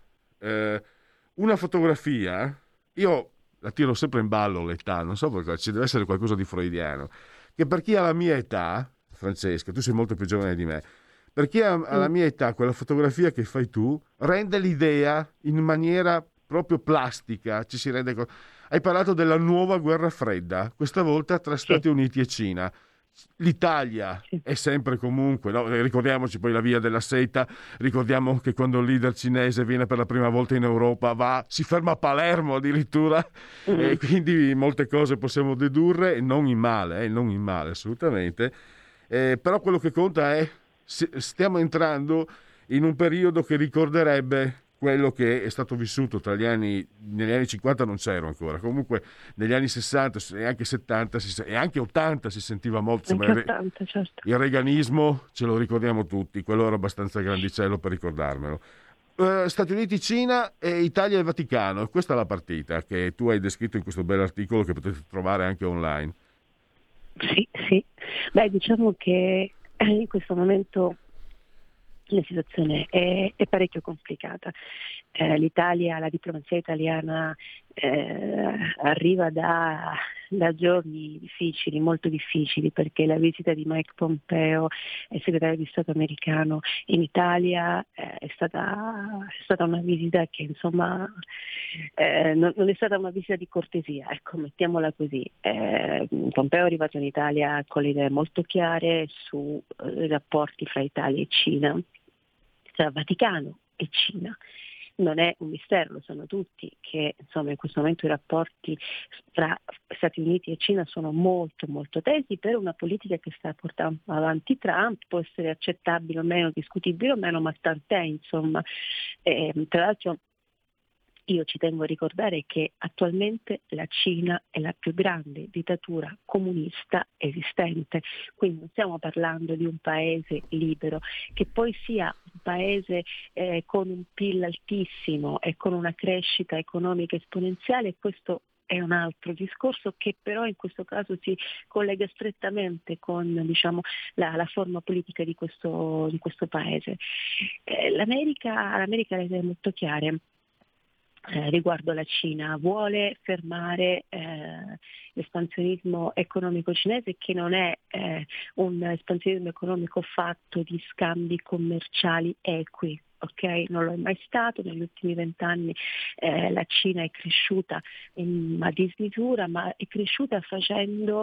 Speaker 6: una fotografia. Io la tiro sempre in ballo l'età, non so perché, ci deve essere qualcosa di freudiano, che per chi ha la mia età, Francesca, tu sei molto più giovane di me, per chi ha la mia età, quella fotografia che fai tu rende l'idea in maniera proprio plastica, ci si rende Hai parlato della nuova guerra fredda, questa volta tra Stati Uniti e Cina. L'Italia è sempre comunque, no? Ricordiamoci poi la via della seta, ricordiamo che quando il leader cinese viene per la prima volta in Europa si ferma a Palermo addirittura, e quindi molte cose possiamo dedurre, non in male assolutamente, però quello che conta è stiamo entrando in un periodo che ricorderebbe quello che è stato vissuto negli anni 50 non c'ero ancora, comunque negli anni 60 e anche 70 e anche 80 si sentiva molto,
Speaker 16: anche 80, certo.
Speaker 6: Il reaganismo ce lo ricordiamo tutti, quello era abbastanza grandicello per ricordarmelo. Stati Uniti, Cina e Italia e Vaticano, questa è la partita che tu hai descritto in questo bell'articolo che potete trovare anche online.
Speaker 16: Sì. Beh, diciamo che in questo momento la situazione è parecchio complicata. L'Italia, la diplomazia italiana arriva da giorni difficili, molto difficili, perché la visita di Mike Pompeo, il segretario di Stato americano, in Italia è stata una visita che insomma non è stata una visita di cortesia, ecco, mettiamola così. Pompeo è arrivato in Italia con le idee molto chiare sui rapporti fra Italia e Cina, tra Vaticano e Cina. Non è un mistero, lo sanno tutti, che insomma in questo momento i rapporti tra Stati Uniti e Cina sono molto molto tesi per una politica che sta portando avanti Trump, può essere accettabile o meno, discutibile o meno, ma tant'è insomma. Tra l'altro io ci tengo a ricordare che attualmente la Cina è la più grande dittatura comunista esistente, quindi non stiamo parlando di un paese libero, che poi sia un paese con un PIL altissimo e con una crescita economica esponenziale. Questo è un altro discorso che però in questo caso si collega strettamente con, diciamo, la forma politica di questo paese. L'America ha le idee molto chiare riguardo alla Cina, vuole fermare l'espansionismo economico cinese, che non è un espansionismo economico fatto di scambi commerciali equi. Ok, non lo è mai stato. Negli ultimi 20 anni la Cina è cresciuta a dismisura, ma è cresciuta facendo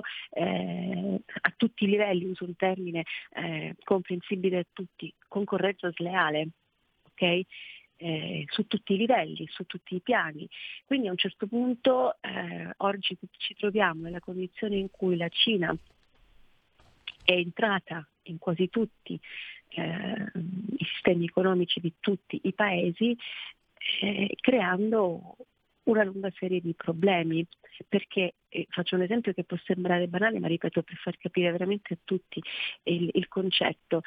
Speaker 16: a tutti i livelli, uso un termine comprensibile a tutti, concorrenza sleale, ok? Su tutti i livelli, su tutti i piani. Quindi a un certo punto oggi ci troviamo nella condizione in cui la Cina è entrata in quasi tutti i sistemi economici di tutti i paesi, creando una lunga serie di problemi, perché faccio un esempio che può sembrare banale, ma ripeto, per far capire veramente a tutti il concetto.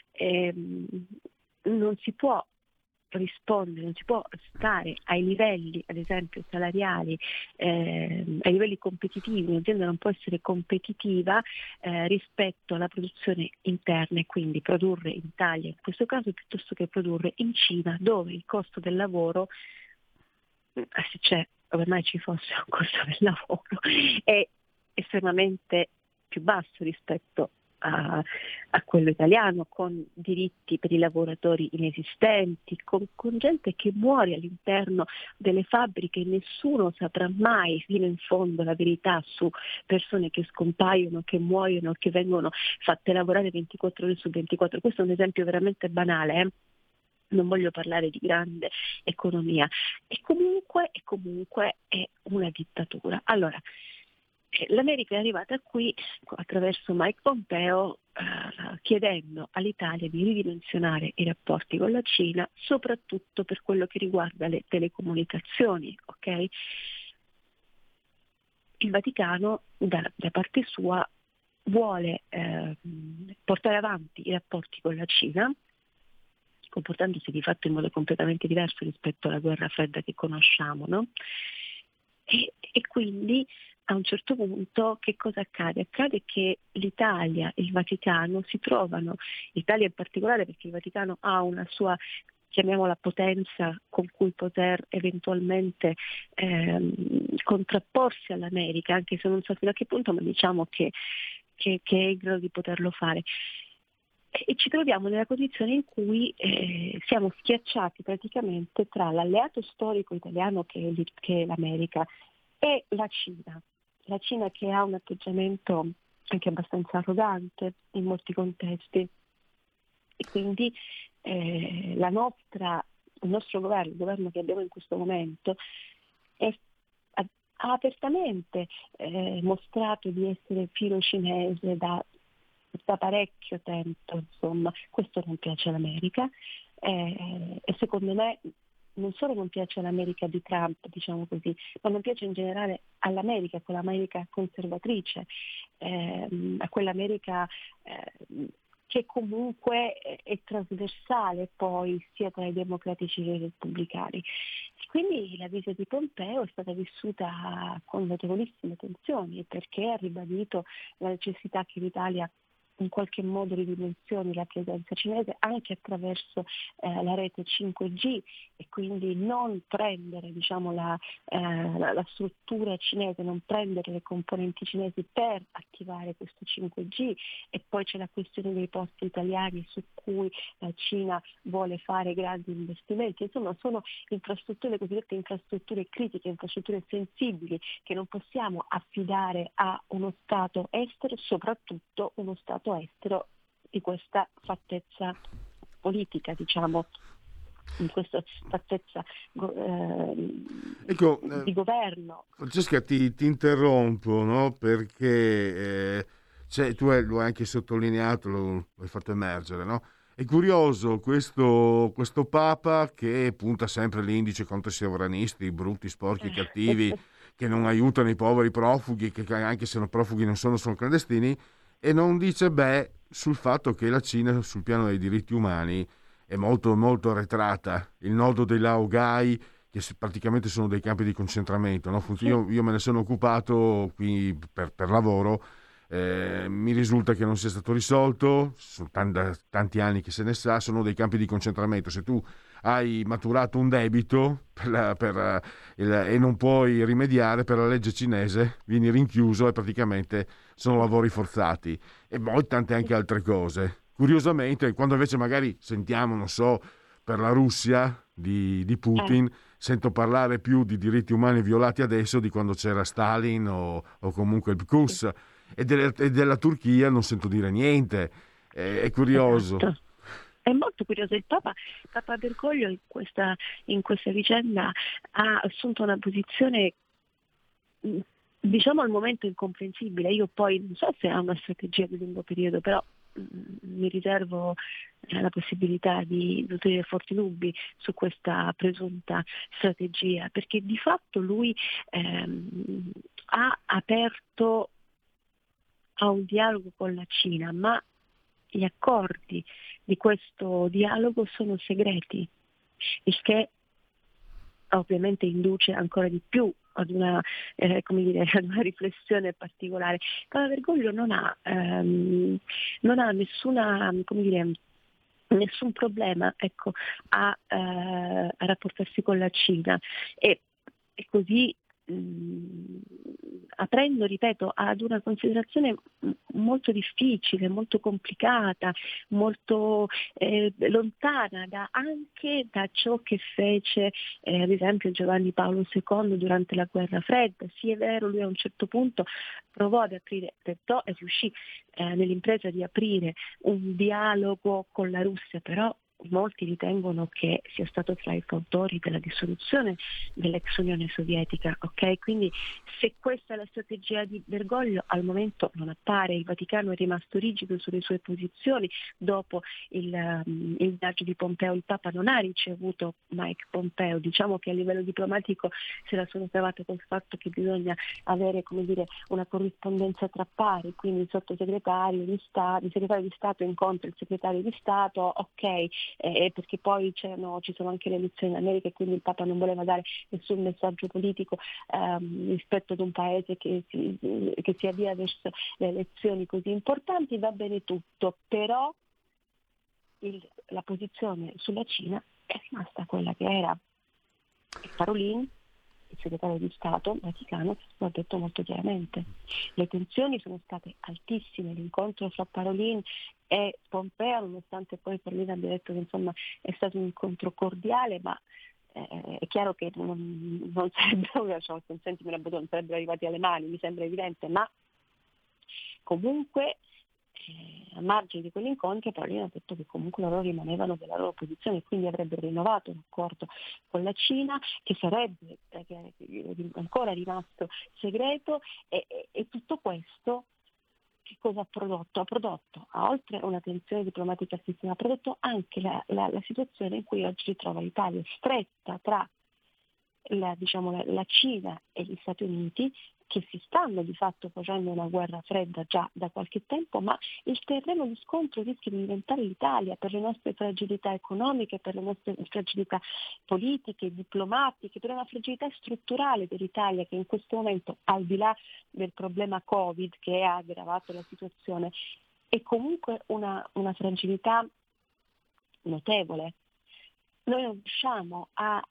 Speaker 16: Non si può rispondere, non si può stare ai livelli, ad esempio salariali, ai livelli competitivi, un'azienda non può essere competitiva rispetto alla produzione interna, e quindi produrre in Italia in questo caso piuttosto che produrre in Cina, dove il costo del lavoro, se c'è, ormai ci fosse un costo del lavoro, è estremamente più basso rispetto a quello italiano, con diritti per i lavoratori inesistenti, con gente che muore all'interno delle fabbriche, e nessuno saprà mai fino in fondo la verità su persone che scompaiono, che muoiono, che vengono fatte lavorare 24 ore su 24. Questo è un esempio veramente banale, non voglio parlare di grande economia, e comunque è una dittatura. Allora, l'America è arrivata qui attraverso Mike Pompeo chiedendo all'Italia di ridimensionare i rapporti con la Cina, soprattutto per quello che riguarda le telecomunicazioni. Okay? Il Vaticano da parte sua vuole portare avanti i rapporti con la Cina, comportandosi di fatto in modo completamente diverso rispetto alla guerra fredda che conosciamo, no? E quindi a un certo punto che cosa accade? Accade che l'Italia e il Vaticano si trovano, l'Italia in particolare perché il Vaticano ha una sua, chiamiamola, potenza con cui poter eventualmente contrapporsi all'America, anche se non so fino a che punto, ma diciamo che è in grado di poterlo fare. E ci troviamo nella condizione in cui siamo schiacciati praticamente tra l'alleato storico italiano che è l'America e la Cina che ha un atteggiamento anche abbastanza arrogante in molti contesti, e quindi il nostro governo, il governo che abbiamo in questo momento, ha apertamente mostrato di essere filo cinese da parecchio tempo, insomma. Questo non piace all'America e secondo me non solo non piace all'America di Trump, diciamo così, ma non piace in generale all'America, quell'America conservatrice, a quell'America che comunque è trasversale poi sia tra i democratici che i repubblicani. Quindi la visita di Pompeo è stata vissuta con notevolissime tensioni, perché ha ribadito la necessità che l'Italia in qualche modo ridimensioni la presenza cinese anche attraverso la rete 5G, e quindi non prendere, diciamo, la struttura cinese, non prendere le componenti cinesi per attivare questo 5G. E poi c'è la questione dei porti italiani su cui la Cina vuole fare grandi investimenti. Insomma, sono infrastrutture, cosiddette infrastrutture critiche, infrastrutture sensibili, che non possiamo affidare a uno Stato estero, soprattutto uno Stato estero di questa fattezza politica, diciamo, in questa fattezza di governo.
Speaker 6: Francesca, ti interrompo, no? Perché tu lo hai anche sottolineato, lo hai fatto emergere, no? È curioso questo Papa che punta sempre l'indice contro i sovranisti, brutti, sporchi, cattivi, che non aiutano i poveri profughi, che anche se non profughi non sono clandestini, e non dice sul fatto che la Cina sul piano dei diritti umani è molto molto arretrata. Il nodo dei Laogai, che praticamente sono dei campi di concentramento, no? Io me ne sono occupato qui per lavoro, mi risulta che non sia stato risolto, sono tanti anni che se ne sa, sono dei campi di concentramento. Se tu hai maturato un debito e non puoi rimediare, per la legge cinese vieni rinchiuso e praticamente sono lavori forzati, e poi tante anche altre cose. Curiosamente, quando invece magari sentiamo, non so, per la Russia di Putin, sento parlare più di diritti umani violati adesso di quando c'era Stalin o comunque il PQS, e della Turchia non sento dire niente. È curioso.
Speaker 16: Esatto. È molto curioso. Il Papa Bergoglio in questa vicenda ha assunto una posizione, diciamo, al momento incomprensibile. Io poi non so se ha una strategia di lungo periodo, però mi riservo la possibilità di nutrire forti dubbi su questa presunta strategia, perché di fatto lui ha aperto a un dialogo con la Cina, ma gli accordi di questo dialogo sono segreti, il che ovviamente induce ancora di più ad una, ad una riflessione particolare. Carla Bergoglio non ha nessun problema, ecco, a rapportarsi con la Cina e così aprendo, ripeto, ad una considerazione molto difficile, molto complicata, molto lontana anche da ciò che fece ad esempio Giovanni Paolo II durante la guerra fredda. Sì, è vero, lui a un certo punto provò ad aprire, tentò e riuscì nell'impresa di aprire un dialogo con la Russia, però molti ritengono che sia stato tra i fautori della dissoluzione dell'ex Unione Sovietica, ok? Quindi se questa è la strategia di Bergoglio, al momento non appare. Il Vaticano è rimasto rigido sulle sue posizioni. Dopo il viaggio di Pompeo il Papa non ha ricevuto Mike Pompeo. Diciamo che a livello diplomatico se la sono cavata col fatto che bisogna avere, come dire, una corrispondenza tra pari, quindi il sottosegretario di Stato, il segretario di Stato incontra il segretario di Stato, ok, perché poi ci sono anche le elezioni in America e quindi il Papa non voleva dare nessun messaggio politico rispetto ad un paese che si avvia verso le elezioni così importanti. Va bene tutto, però la posizione sulla Cina è rimasta quella che era. Parolin, il segretario di Stato Vaticano, lo ha detto molto chiaramente. Le tensioni sono state altissime, l'incontro fra Parolin e Pompeo, nonostante poi Parolin abbia detto che insomma è stato un incontro cordiale, ma è chiaro che non sarebbero, consentimi una battuta, non sarebbero arrivati alle mani, mi sembra evidente, ma comunque a margine di quell'incontro Parolin ha detto che comunque loro rimanevano della loro posizione e quindi avrebbero rinnovato un accordo con la Cina che sarebbe ancora rimasto segreto e tutto questo che cosa ha prodotto? Ha prodotto, oltre a una tensione diplomatica altissima, ha prodotto anche la situazione in cui oggi si trova l'Italia, stretta tra la Cina e gli Stati Uniti, che si stanno di fatto facendo una guerra fredda già da qualche tempo, ma il terreno di scontro rischia di diventare l'Italia per le nostre fragilità economiche, per le nostre fragilità politiche, diplomatiche, per una fragilità strutturale dell'Italia che in questo momento, al di là del problema Covid che ha aggravato la situazione, è comunque una fragilità notevole. Noi non riusciamo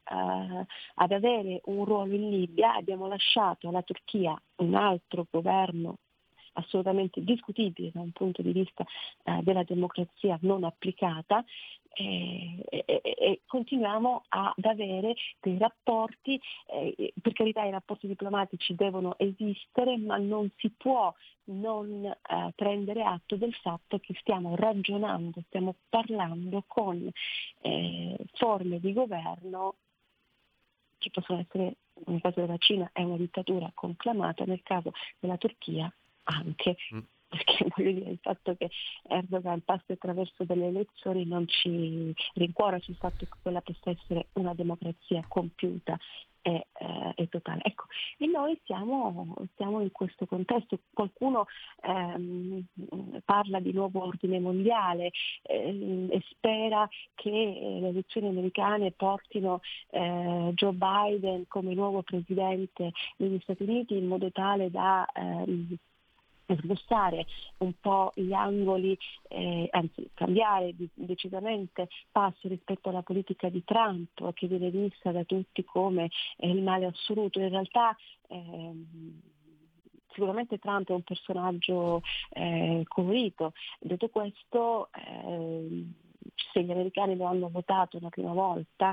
Speaker 16: ad avere un ruolo in Libia, abbiamo lasciato alla Turchia un altro governo assolutamente discutibile da un punto di vista della democrazia non applicata e continuiamo ad avere dei rapporti, per carità i rapporti diplomatici devono esistere, ma non si può non prendere atto del fatto che stiamo ragionando, stiamo parlando con forme di governo che possono essere, nel caso della Cina è una dittatura conclamata, nel caso della Turchia anche, perché voglio dire il fatto che Erdogan passi attraverso delle elezioni non ci rincuora sul fatto che quella possa essere una democrazia compiuta e totale. Ecco, e noi siamo in questo contesto. Qualcuno parla di nuovo ordine mondiale e spera che le elezioni americane portino Joe Biden come nuovo presidente degli Stati Uniti in modo tale da smussare un po' gli angoli, anzi cambiare decisamente passo rispetto alla politica di Trump che viene vista da tutti come il male assoluto. In realtà sicuramente Trump è un personaggio colorito. Detto questo, se gli americani lo hanno votato una prima volta,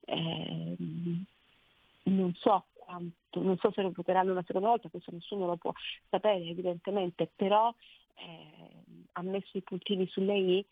Speaker 16: non so se lo voteranno una seconda volta, questo nessuno lo può sapere evidentemente, però ha messo i puntini sulle i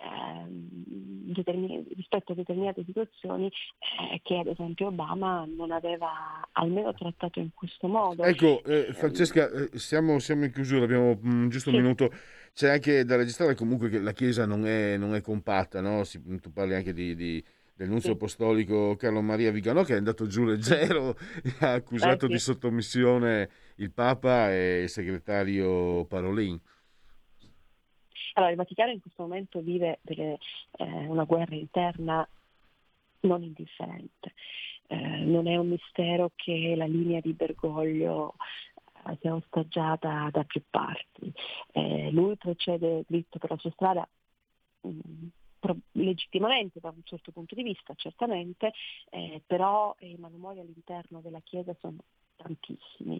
Speaker 16: rispetto a determinate situazioni che ad esempio Obama non aveva almeno trattato in questo modo.
Speaker 6: Ecco, Francesca, siamo in chiusura, abbiamo giusto un minuto. c'è anche da registrare comunque che la Chiesa non è compatta, no? Tu parli anche del nunzio apostolico Carlo Maria Viganò, che è andato giù leggero e ha accusato di sottomissione il Papa e il segretario Parolin.
Speaker 16: Allora, il Vaticano in questo momento vive una guerra interna non indifferente. Non è un mistero che la linea di Bergoglio sia ostaggiata da più parti. Lui procede dritto per la sua strada, legittimamente da un certo punto di vista, certamente, però i malumori all'interno della Chiesa sono tantissimi.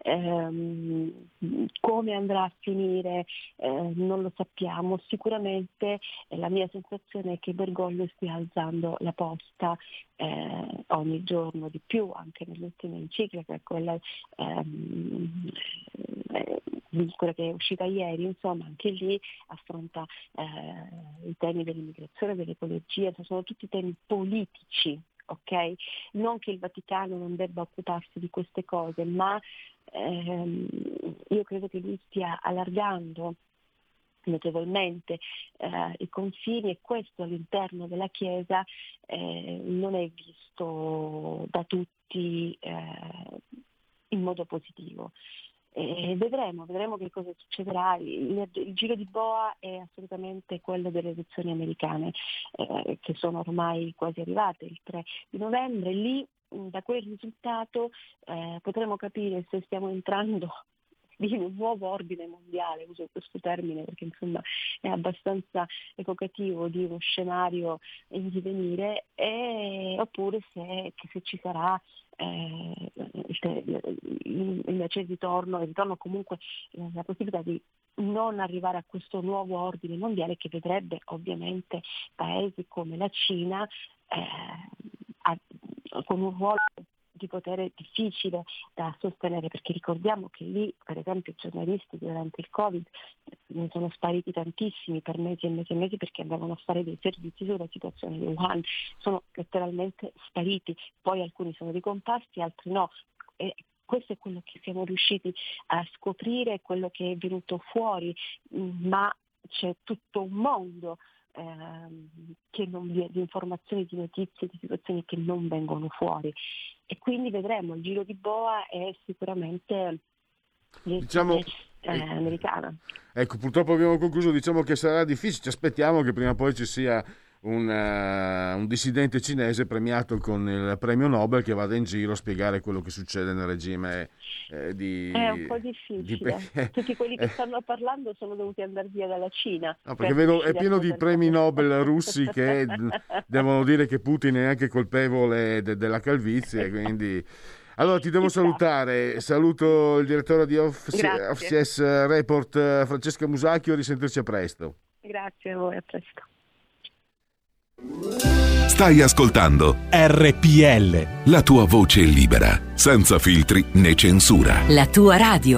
Speaker 16: Come andrà a finire non lo sappiamo. Sicuramente la mia sensazione è che Bergoglio stia alzando la posta ogni giorno di più, anche nell'ultima enciclica, quella che è uscita ieri, insomma, anche lì affronta i temi dell'immigrazione, dell'ecologia, sono tutti temi politici. Ok? Non che il Vaticano non debba occuparsi di queste cose, ma io credo che lui stia allargando notevolmente i confini, e questo all'interno della Chiesa non è visto da tutti in modo positivo. Vedremo che cosa succederà. Il giro di boa è assolutamente quello delle elezioni americane, che sono ormai quasi arrivate il 3 di novembre. Lì, da quel risultato, potremo capire se stiamo entrando in un nuovo ordine mondiale, uso questo termine perché insomma è abbastanza evocativo di uno scenario in divenire, oppure se ci sarà invece il ritorno comunque la possibilità di non arrivare a questo nuovo ordine mondiale, che vedrebbe ovviamente paesi come la Cina con un ruolo di potere difficile da sostenere, perché ricordiamo che lì, per esempio, i giornalisti durante il Covid ne sono spariti tantissimi per mesi e mesi e mesi, perché andavano a fare dei servizi sulla situazione di Wuhan, sono letteralmente spariti, poi alcuni sono ricomparsi, altri no. E questo è quello che siamo riusciti a scoprire, quello che è venuto fuori, ma c'è tutto un mondo che di informazioni, di notizie, di situazioni che non vengono fuori, e quindi vedremo. Il giro di boa è sicuramente americana.
Speaker 6: Ecco, purtroppo abbiamo concluso, diciamo che sarà difficile, ci aspettiamo che prima o poi ci sia un dissidente cinese premiato con il premio Nobel che vada in giro a spiegare quello che succede nel regime di...
Speaker 16: È un po' difficile. Tutti quelli che stanno parlando sono dovuti andare via dalla Cina.
Speaker 6: No, perché vedo è pieno di premi Nobel russi che devono dire che Putin è anche colpevole della calvizie, quindi... Allora ti devo salutare, saluto il direttore di OFCS Report Francesca Musacchio, risentirci a presto.
Speaker 16: Grazie a voi, a presto.
Speaker 10: Stai ascoltando
Speaker 7: RPL,
Speaker 10: la tua voce libera, senza filtri né censura.
Speaker 1: La tua radio.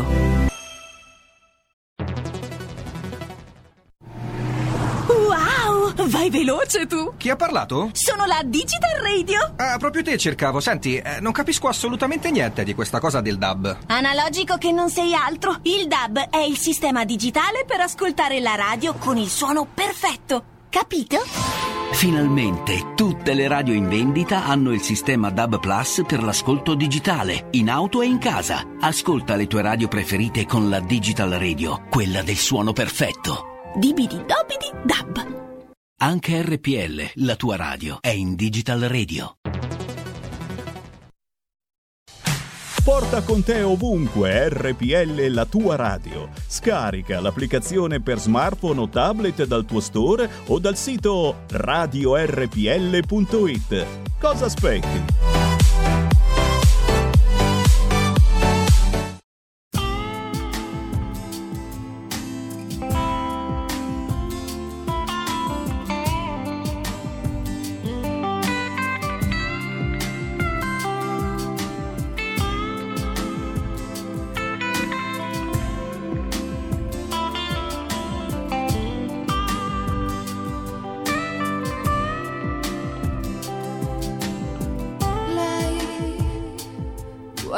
Speaker 12: Wow, vai veloce tu.
Speaker 17: Chi ha parlato?
Speaker 12: Sono la Digital Radio.
Speaker 17: Ah, proprio te cercavo. Senti, non capisco assolutamente niente di questa cosa del DAB.
Speaker 12: Analogico che non sei altro. Il DAB è il sistema digitale per ascoltare la radio con il suono perfetto. Capito?
Speaker 18: Finalmente tutte le radio in vendita hanno il sistema DAB Plus per l'ascolto digitale, in auto e in casa. Ascolta le tue radio preferite con la Digital Radio, quella del suono perfetto.
Speaker 12: Dibidi dobidi DAB.
Speaker 18: Anche RPL, la tua radio, è in Digital Radio.
Speaker 11: Porta con te ovunque RPL, la tua radio. Scarica l'applicazione per smartphone o tablet dal tuo store o dal sito radiorpl.it. Cosa aspetti?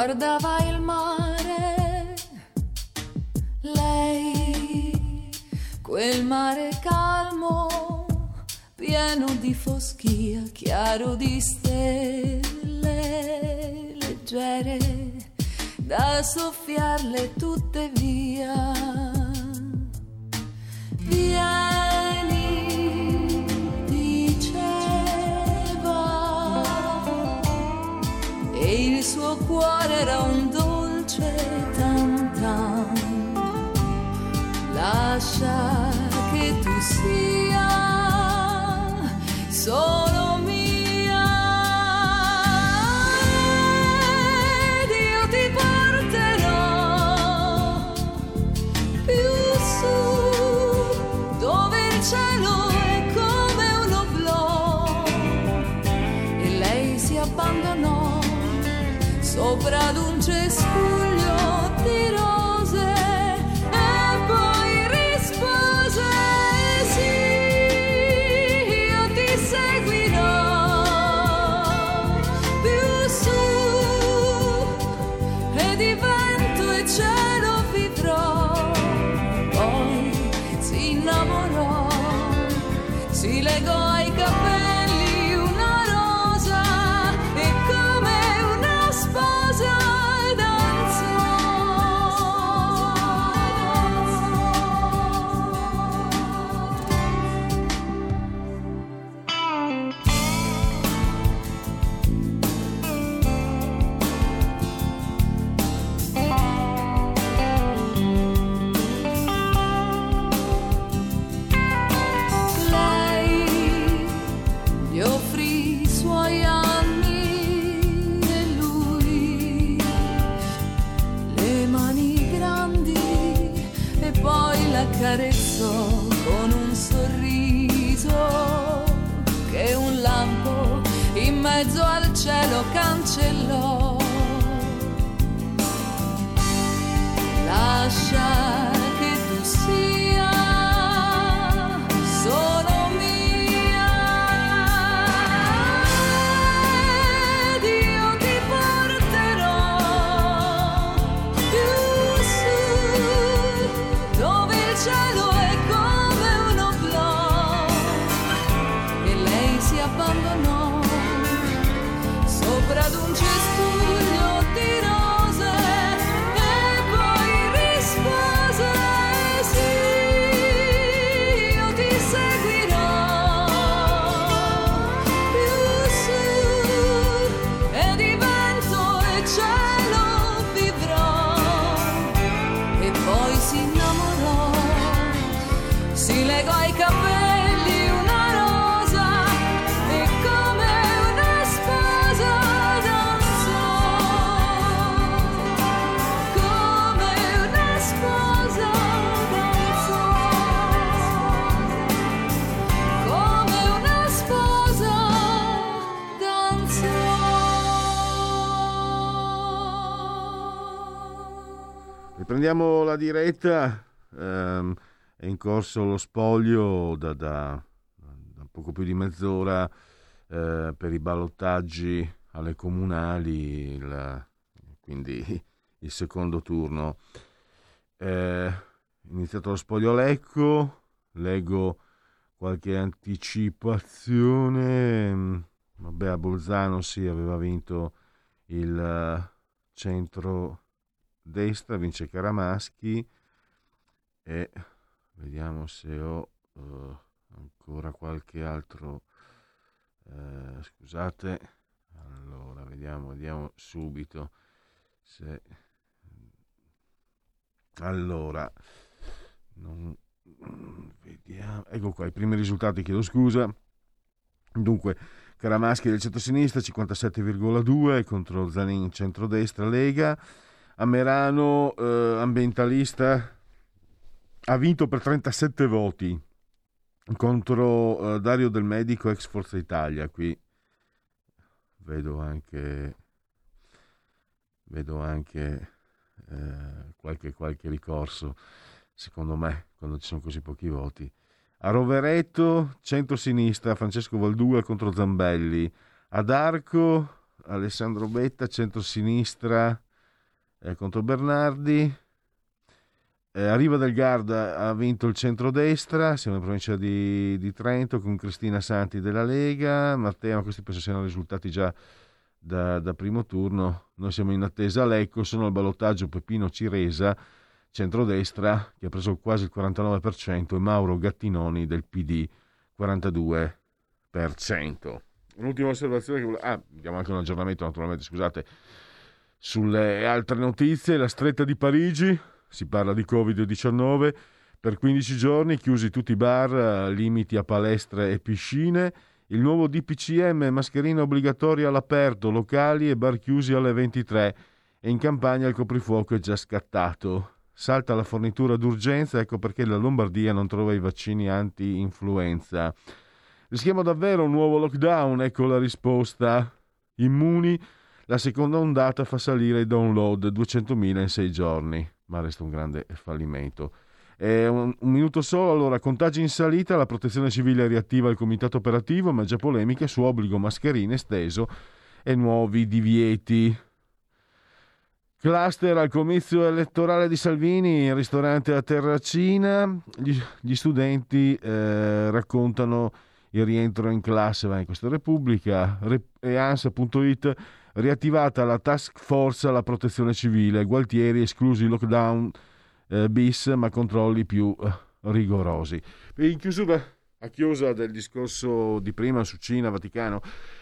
Speaker 19: Guardava il mare, lei quel mare calmo, pieno di foschia, chiaro di stelle leggere, da soffiarle tutte via. Vieni, diceva, e il suo cuore era un dolce tam tam. Lascia che tu sia solo mia, ed io ti porterò più su, dove il cielo è come un oblò. E lei si abbandonò sopra ad un cespuglio di rose. Si legò ai capelli una rosa e come una sposa carezzò con un sorriso che un lampo in mezzo al cielo cancellò. Lascia che tu sia solo mia, ed io ti porterò più su, dove il cielo è come un oblò. E lei si abbandonò sopra ad un cespuglio di rose e poi rispose: sì, io ti seguirò più su, e di vento e cielo vivrò. E poi si innamorò, si legò ai capelli una rosa e come una sposa danzò, come una sposa danzò, come una sposa danzò.
Speaker 6: Riprendiamo la diretta. È in corso lo spoglio da poco più di mezz'ora per i ballottaggi alle comunali, quindi il secondo turno. È iniziato lo spoglio a Lecco, leggo qualche anticipazione. Vabbè, a Bolzano sì, aveva vinto il centro-destra, vince Caramaschi. E vediamo se ho ancora qualche altro. Scusate, allora vediamo subito se allora vediamo, ecco qua i primi risultati, chiedo scusa. Dunque Caramaschi del centro-sinistra 57,2 contro Zanin centrodestra Lega. A Merano ambientalista ha vinto per 37 voti contro Dario Del Medico, ex Forza Italia. Qui vedo anche qualche ricorso, secondo me, quando ci sono così pochi voti. A Rovereto, centro-sinistra, Francesco Valdua contro Zambelli. Ad Arco, Alessandro Betta, centro-sinistra contro Bernardi. A Riva del Garda ha vinto il centrodestra, siamo in provincia di Trento con Cristina Santi della Lega, Matteo, questi penso siano risultati già da primo turno. Noi siamo in attesa a Lecco, sono al ballottaggio Peppino Ciresa, centrodestra, che ha preso quasi il 49%, e Mauro Gattinoni del PD, 42%. Un'ultima osservazione abbiamo anche un aggiornamento, naturalmente, scusate, sulle altre notizie. La stretta di Parigi, si parla di Covid-19, per 15 giorni chiusi tutti i bar, limiti a palestre e piscine. Il nuovo DPCM, mascherina obbligatoria all'aperto, locali e bar chiusi alle 23, e in Campania il coprifuoco è già scattato. Salta la fornitura d'urgenza, ecco perché la Lombardia non trova i vaccini anti-influenza. Rischiamo davvero un nuovo lockdown? Ecco la risposta. Immuni, la seconda ondata fa salire i download, 200.000 in 6 giorni, ma resta un grande fallimento. Un minuto solo. Allora, contagi in salita, la Protezione Civile riattiva il comitato operativo, ma già polemiche su obbligo mascherine esteso e nuovi divieti. Cluster al comizio elettorale di Salvini, il ristorante a Terracina, gli studenti raccontano il rientro in classe, va in questa Repubblica, e ANSA.it, riattivata la task force alla Protezione Civile, Gualtieri esclusi lockdown bis, ma controlli più rigorosi. In chiusura, a chiusa del discorso di prima su Cina, Vaticano,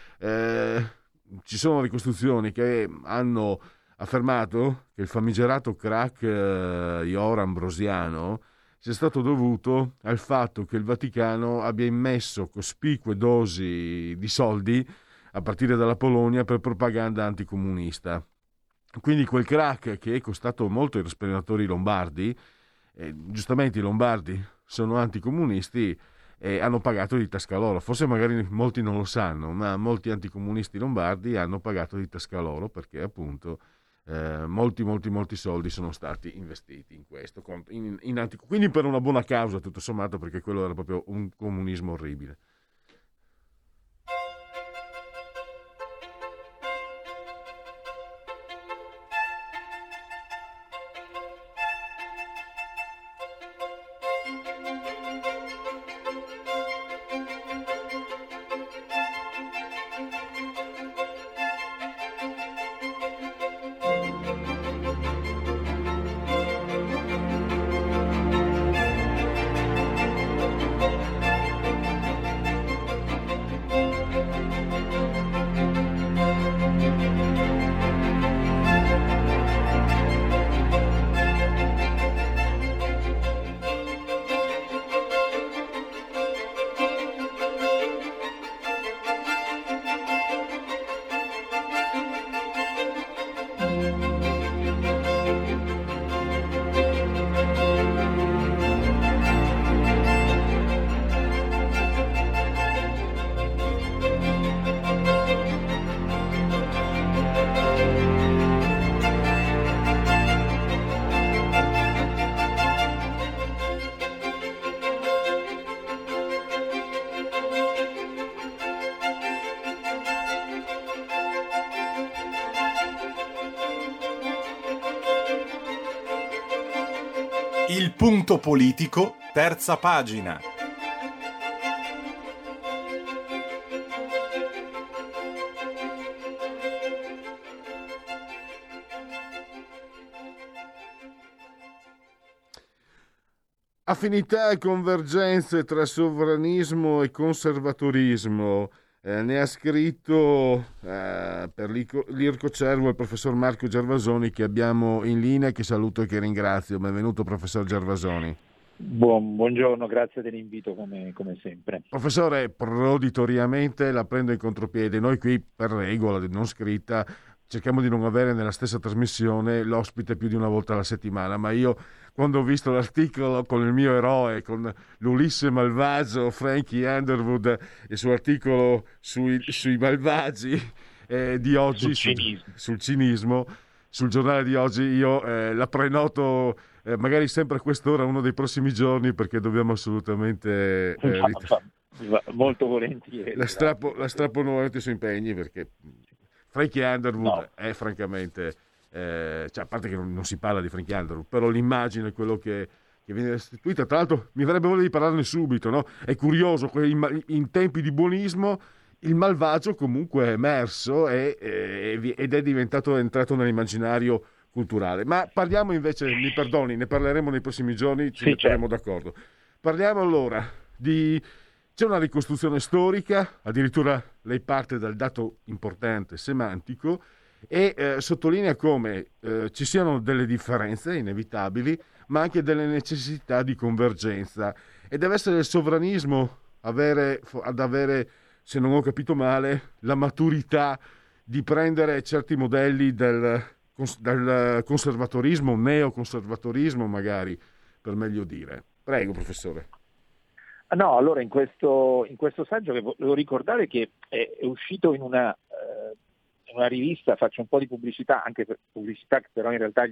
Speaker 6: ci sono ricostruzioni che hanno affermato che il famigerato crack Iora Ambrosiano sia stato dovuto al fatto che il Vaticano abbia immesso cospicue dosi di soldi a partire dalla Polonia per propaganda anticomunista. Quindi quel crack che è costato molto ai risparmiatori lombardi, giustamente i lombardi sono anticomunisti e hanno pagato di tasca loro. Forse magari molti non lo sanno, ma molti anticomunisti lombardi hanno pagato di tasca loro perché appunto molti soldi sono stati investiti in questo, quindi per una buona causa tutto sommato, perché quello era proprio un comunismo orribile.
Speaker 20: Il punto politico, terza pagina.
Speaker 6: Affinità e convergenze tra sovranismo e conservatorismo. Ne ha scritto per l'Irco Cervo il professor Marco Gervasoni, che abbiamo in linea, che saluto e che ringrazio. Benvenuto professor Gervasoni.
Speaker 21: Buongiorno, grazie dell'invito come sempre.
Speaker 6: Professore, proditoriamente la prendo in contropiede. Noi qui per regola non scritta cerchiamo di non avere nella stessa trasmissione l'ospite più di una volta alla settimana, ma io quando ho visto l'articolo con il mio eroe, con l'Ulisse malvagio Frankie Underwood e il suo articolo sui malvagi di oggi, sul cinismo, sul giornale di oggi, io la prenoto magari sempre a quest'ora, uno dei prossimi giorni, perché dobbiamo assolutamente
Speaker 21: molto volentieri.
Speaker 6: La strappo nuovamente su impegni, perché Frankie Underwood è francamente cioè, a parte che non si parla di Frank Underwood, però l'immagine, quello che viene restituita, tra l'altro mi avrebbe voglia di parlarne subito, no? È curioso, in tempi di buonismo il malvagio comunque è emerso ed è entrato nell'immaginario culturale. Ma parliamo invece, mi perdoni, ne parleremo nei prossimi giorni, ci metteremo d'accordo. Parliamo allora c'è una ricostruzione storica, addirittura lei parte dal dato importante semantico e sottolinea come ci siano delle differenze inevitabili, ma anche delle necessità di convergenza, e deve essere il sovranismo ad avere, se non ho capito male, la maturità di prendere certi modelli del conservatorismo, neoconservatorismo magari, per meglio dire. Prego, professore.
Speaker 21: No, allora in questo saggio che volevo ricordare che è uscito in una rivista, faccio un po' di pubblicità, anche per pubblicità che però in realtà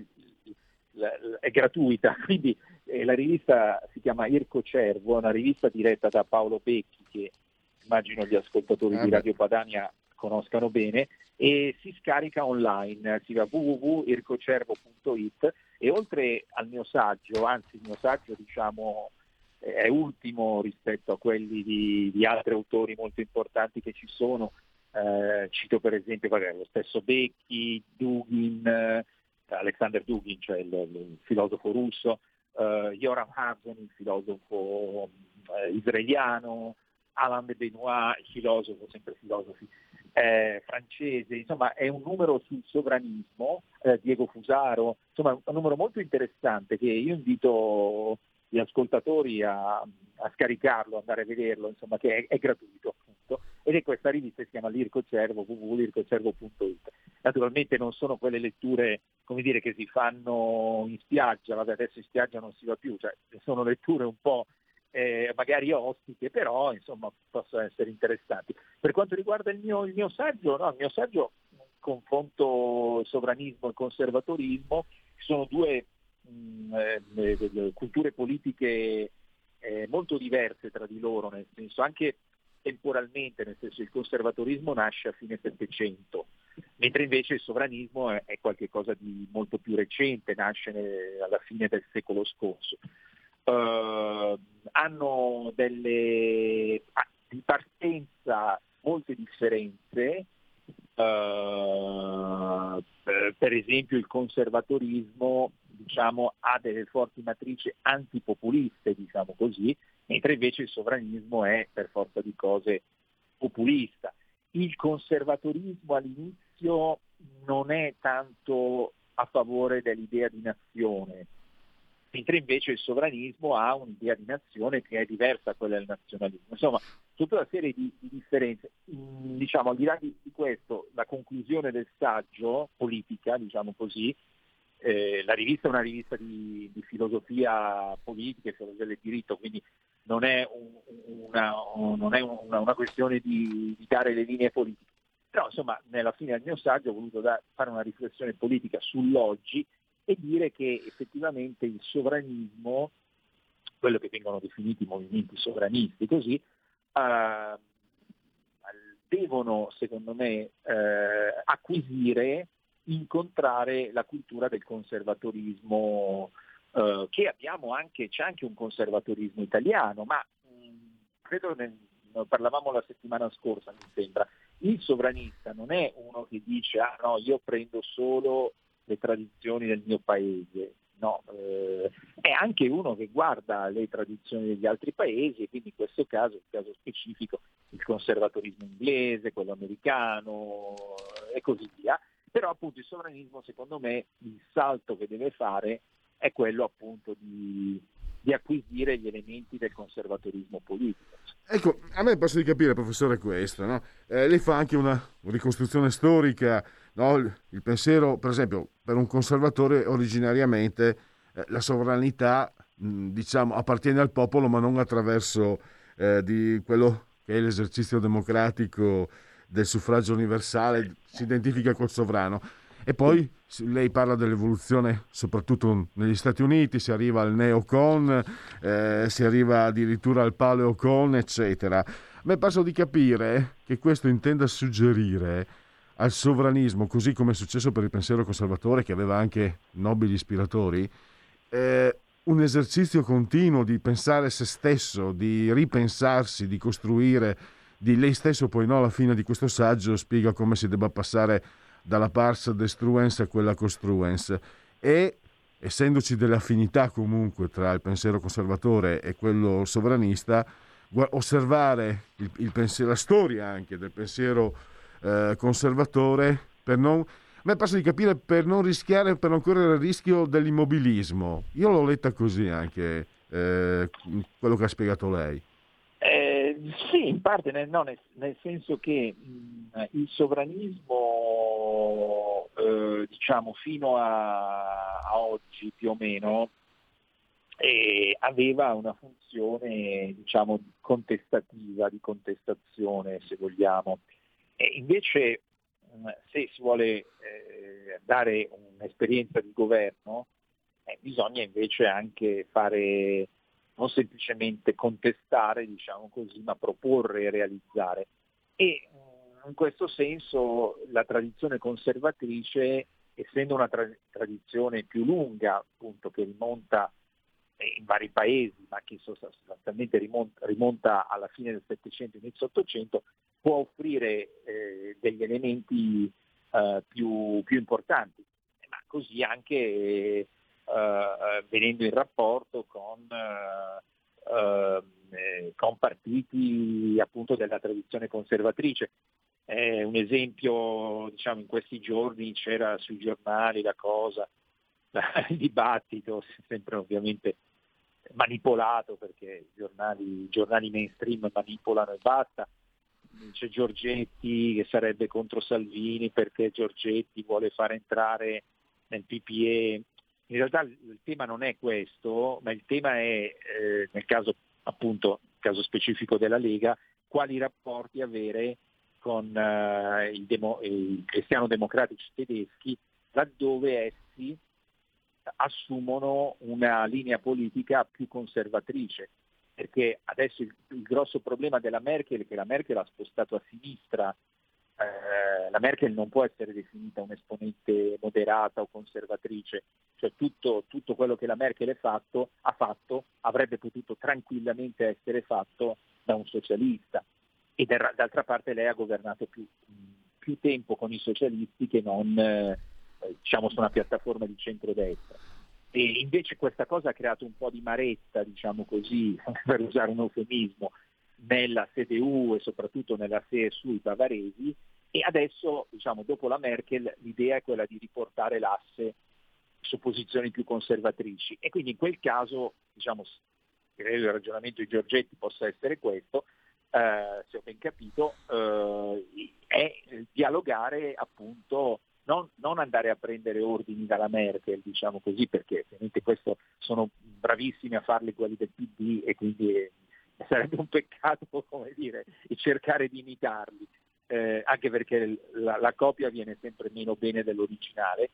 Speaker 21: è gratuita, quindi la rivista si chiama Irco Cervo, è una rivista diretta da Paolo Becchi, che immagino gli ascoltatori di Radio Padania conoscano bene, e si scarica online, si va www.ircocervo.it, e oltre al mio saggio, anzi il mio saggio diciamo è ultimo rispetto a quelli di altri autori molto importanti che ci sono, cito per esempio lo stesso Becchi, Dugin, Alexander Dugin, cioè il filosofo russo, Yoram Hazan, il filosofo israeliano, Alain de Benoit, filosofo, sempre filosofi, francese, insomma è un numero sul sovranismo, Diego Fusaro, insomma è un numero molto interessante che io invito gli ascoltatori a scaricarlo, andare a vederlo, insomma, che è gratuito appunto, ed è questa rivista, si chiama L'Irco Cervo, www.ircocervo.it. Naturalmente non sono quelle letture, come dire, che si fanno in spiaggia, vabbè adesso in spiaggia non si va più, cioè sono letture un po' magari ostiche, però insomma possono essere interessanti. Per quanto riguarda il mio saggio, confronto sovranismo e conservatorismo, ci sono due culture politiche molto diverse tra di loro, nel senso anche temporalmente, nel senso il conservatorismo nasce a fine Settecento, mentre invece il sovranismo è qualcosa di molto più recente, nasce alla fine del secolo scorso. Hanno di partenza molte differenze. Per esempio il conservatorismo ha delle forti matrici antipopuliste, diciamo così, mentre invece il sovranismo è per forza di cose populista. Il conservatorismo all'inizio non è tanto a favore dell'idea di nazione, mentre invece il sovranismo ha un'idea di nazione che è diversa da quella del nazionalismo. Insomma, tutta una serie di differenze. Al di là di questo, la conclusione del saggio politica, diciamo così, la rivista è una rivista di filosofia politica e filosofia del diritto, quindi non è una questione di dare le linee politiche. Però insomma, nella fine del mio saggio ho voluto fare una riflessione politica sull'oggi e dire che effettivamente il sovranismo, quello che vengono definiti movimenti sovranisti così, devono secondo me incontrare la cultura del conservatorismo che abbiamo anche, c'è anche un conservatorismo italiano, ma credo ne parlavamo la settimana scorsa, mi sembra, il sovranista non è uno che dice no, io prendo solo le tradizioni del mio paese, no, è anche uno che guarda le tradizioni degli altri paesi, e quindi in questo caso, il caso specifico, il conservatorismo inglese, quello americano e così via. Però appunto il sovranismo, secondo me, il salto che deve fare è quello appunto di acquisire gli elementi del conservatorismo politico.
Speaker 6: Ecco, a me posso di capire, professore, questo, no? Lei fa anche una ricostruzione storica, no? Il pensiero, per esempio, per un conservatore originariamente la sovranità, appartiene al popolo, ma non attraverso di quello che è l'esercizio democratico del suffragio universale, si identifica col sovrano. E poi lei parla dell'evoluzione soprattutto negli Stati Uniti, si arriva al neocon, si arriva addirittura al paleocon, eccetera. A me pare di capire che questo intenda suggerire al sovranismo, così come è successo per il pensiero conservatore, che aveva anche nobili ispiratori, un esercizio continuo di pensare se stesso, di ripensarsi, di costruire, di lei stesso. Poi alla fine di questo saggio spiega come si debba passare dalla pars destruens a quella construens, e essendoci delle affinità comunque tra il pensiero conservatore e quello sovranista, osservare il pensiero, la storia anche del pensiero conservatore, per non, a me passa di capire, per non rischiare, per non correre il rischio dell'immobilismo. Io l'ho letta così anche quello che ha spiegato lei.
Speaker 21: Sì, in parte nel senso che il sovranismo, diciamo fino a oggi più o meno, aveva una funzione, diciamo, contestativa, di contestazione, se vogliamo. Invece, se si vuole dare un'esperienza di governo, bisogna invece anche fare, non semplicemente contestare, diciamo così, ma proporre e realizzare. E in questo senso la tradizione conservatrice, essendo una tradizione più lunga, appunto, che rimonta in vari paesi, ma che sostanzialmente rimonta alla fine del Settecento e inizio Ottocento, può offrire degli elementi più importanti, ma così anche venendo in rapporto con partiti appunto della tradizione conservatrice. Un esempio, diciamo, in questi giorni c'era sui giornali il dibattito, sempre ovviamente manipolato, perché i giornali mainstream manipolano e basta. C'è Giorgetti che sarebbe contro Salvini perché Giorgetti vuole far entrare nel PPE. In realtà il tema non è questo, ma il tema è, nel caso specifico della Lega, quali rapporti avere con i cristiano-democratici tedeschi, laddove essi assumono una linea politica più conservatrice, perché adesso il grosso problema della Merkel è che la Merkel ha spostato a sinistra. La Merkel non può essere definita un'esponente moderata o conservatrice, cioè tutto quello che la Merkel ha fatto avrebbe potuto tranquillamente essere fatto da un socialista, e d'altra parte lei ha governato più tempo con i socialisti che non diciamo su una piattaforma di centrodestra. E invece questa cosa ha creato un po' di maretta, diciamo così, per usare un eufemismo, nella CDU e soprattutto nella CSU, i bavaresi, e adesso, diciamo, dopo la Merkel, l'idea è quella di riportare l'asse su posizioni più conservatrici, e quindi in quel caso, diciamo, credo il ragionamento di Giorgetti possa essere questo, se ho ben capito, è dialogare, appunto, non andare a prendere ordini dalla Merkel, diciamo così, perché ovviamente questo sono bravissimi a farli quelli del PD, e quindi sarebbe un peccato, come dire, cercare di imitarli, anche perché la copia viene sempre meno bene dell'originale,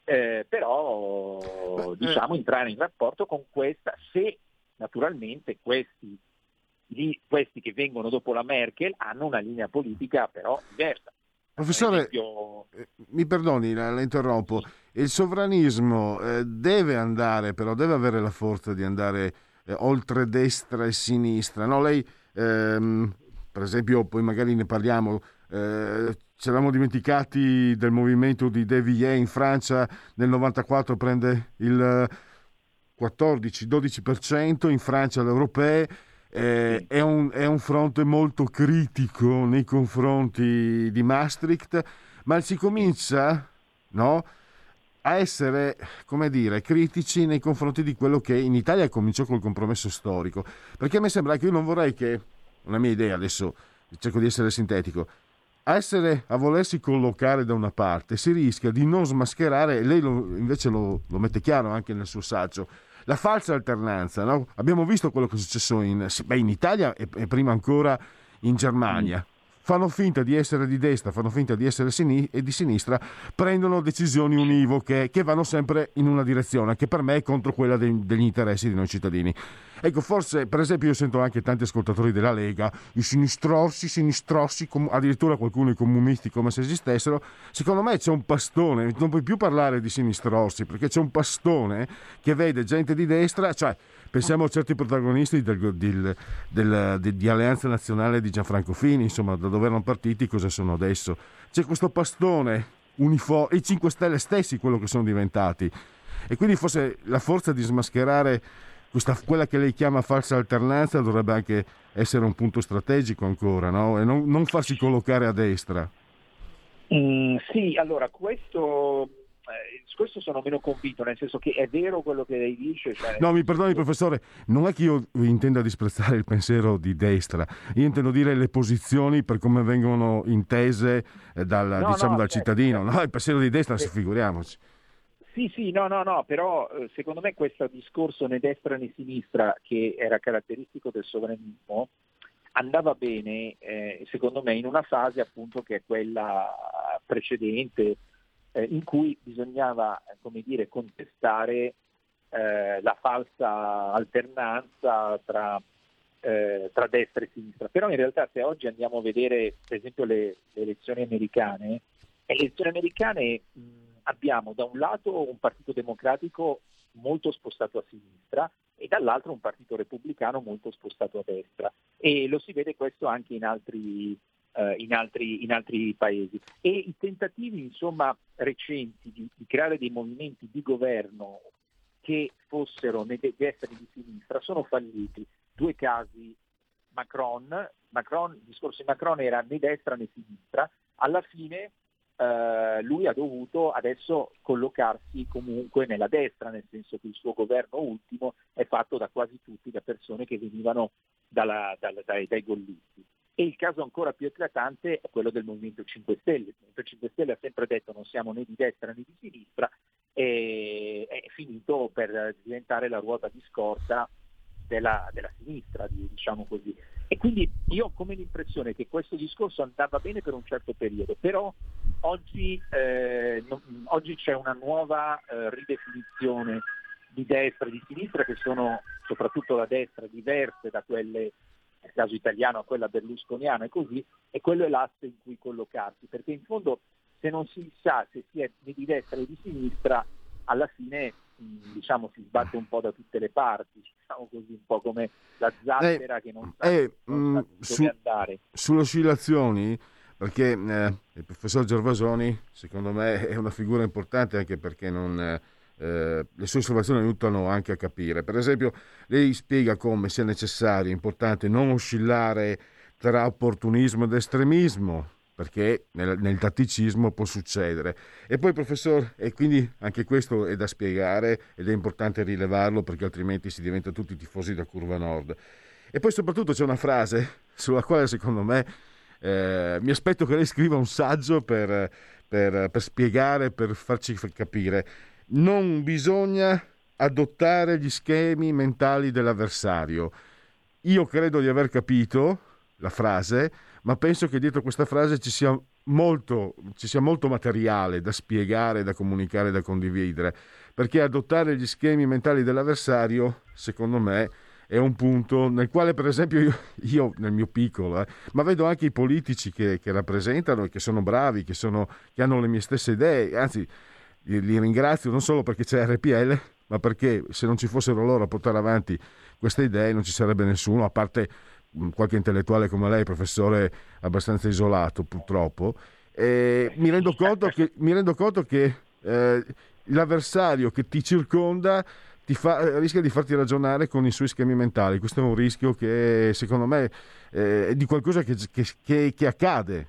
Speaker 21: però diciamo entrare in rapporto con questa, se naturalmente questi che vengono dopo la Merkel hanno una linea politica però diversa.
Speaker 6: Professore, mi perdoni, la interrompo. Il sovranismo deve avere la forza di andare oltre destra e sinistra, no? Lei, per esempio, poi magari ne parliamo, ci eravamo dimenticati del movimento di De Villiers in Francia, nel 94 prende il 14-12% in Francia alle europee. È un fronte molto critico nei confronti di Maastricht, ma si comincia, no, a essere, come dire, critici nei confronti di quello che in Italia cominciò col compromesso storico, perché a me sembra che io non vorrei che, una mia idea, adesso cerco di essere sintetico, a volersi collocare da una parte si rischia di non smascherare, e lei invece lo mette chiaro anche nel suo saggio, la falsa alternanza, no? Abbiamo visto quello che è successo in Italia e prima ancora in Germania. Fanno finta di essere di destra, fanno finta di essere di sinistra, prendono decisioni univoche che vanno sempre in una direzione, che per me è contro quella degli interessi di noi cittadini. Ecco, forse, per esempio, io sento anche tanti ascoltatori della Lega, i sinistrossi, addirittura qualcuno i comunisti come se esistessero. Secondo me c'è un pastone, non puoi più parlare di sinistrossi, perché c'è un pastone che vede gente di destra, cioè pensiamo a certi protagonisti di Alleanza Nazionale di Gianfranco Fini, insomma, da dove erano partiti, cosa sono adesso. C'è questo pastone uniforme, i 5 Stelle stessi quello che sono diventati, e quindi forse la forza di smascherare quella che lei chiama falsa alternanza dovrebbe anche essere un punto strategico ancora, no? E non farsi collocare a destra.
Speaker 21: Sì, allora questo sono meno convinto, nel senso che è vero quello che lei dice. Cioè... No,
Speaker 6: mi perdoni professore, non è che io intenda disprezzare il pensiero di destra, io intendo dire le posizioni per come vengono intese dal cittadino, no? Il pensiero di destra, figuriamoci.
Speaker 21: Sì, no, però secondo me questo discorso né destra né sinistra, che era caratteristico del sovranismo, andava bene, secondo me, in una fase appunto che è quella precedente, in cui bisognava, come dire, contestare la falsa alternanza tra destra e sinistra. Però in realtà, se oggi andiamo a vedere, per esempio, le elezioni americane, abbiamo da un lato un partito democratico molto spostato a sinistra e dall'altro un partito repubblicano molto spostato a destra, e lo si vede questo anche in altri paesi, e i tentativi insomma recenti di creare dei movimenti di governo che fossero né di destra né di sinistra sono falliti. 2 casi: il discorso di Macron era né destra né sinistra, alla fine lui ha dovuto adesso collocarsi comunque nella destra, nel senso che il suo governo ultimo è fatto da quasi tutti da persone che venivano dai gollisti. E il caso ancora più eclatante è quello del Movimento 5 Stelle. Il Movimento 5 Stelle ha sempre detto non siamo né di destra né di sinistra, e è finito per diventare la ruota di scorta della sinistra, diciamo così. E quindi io ho come l'impressione che questo discorso andava bene per un certo periodo, però oggi c'è una nuova ridefinizione di destra e di sinistra, che sono soprattutto la destra diverse da quelle, nel caso italiano, a quella berlusconiana, e così, e quello è l'asse in cui collocarsi, perché in fondo se non si sa se si è di destra o di sinistra, alla fine diciamo si sbatte un po' da tutte le parti, diciamo così, un po' come la zattera che non sa dove andare. Sulle
Speaker 6: oscillazioni, perché il professor Gervasoni secondo me è una figura importante, anche perché le sue osservazioni aiutano anche a capire. Per esempio, lei spiega come sia necessario, importante non oscillare tra opportunismo ed estremismo, perché nel tatticismo può succedere. E poi, professor, e quindi anche questo è da spiegare ed è importante rilevarlo, perché altrimenti si diventa tutti tifosi da Curva Nord. E poi soprattutto c'è una frase sulla quale secondo me mi aspetto che lei scriva un saggio per spiegare, per farci capire. Non bisogna adottare gli schemi mentali dell'avversario. Io credo di aver capito la frase, ma penso che dietro questa frase ci sia molto materiale da spiegare, da comunicare, da condividere, perché adottare gli schemi mentali dell'avversario, secondo me, è un punto nel quale, per esempio, io nel mio piccolo, ma vedo anche i politici che rappresentano e che sono bravi, che hanno le mie stesse idee, anzi li ringrazio non solo perché c'è RPL, ma perché se non ci fossero loro a portare avanti queste idee non ci sarebbe nessuno, a parte qualche intellettuale come lei, professore abbastanza isolato purtroppo. Mi rendo conto che l'avversario che ti circonda rischia di farti ragionare con i suoi schemi mentali. Questo è un rischio che secondo me è di qualcosa che accade.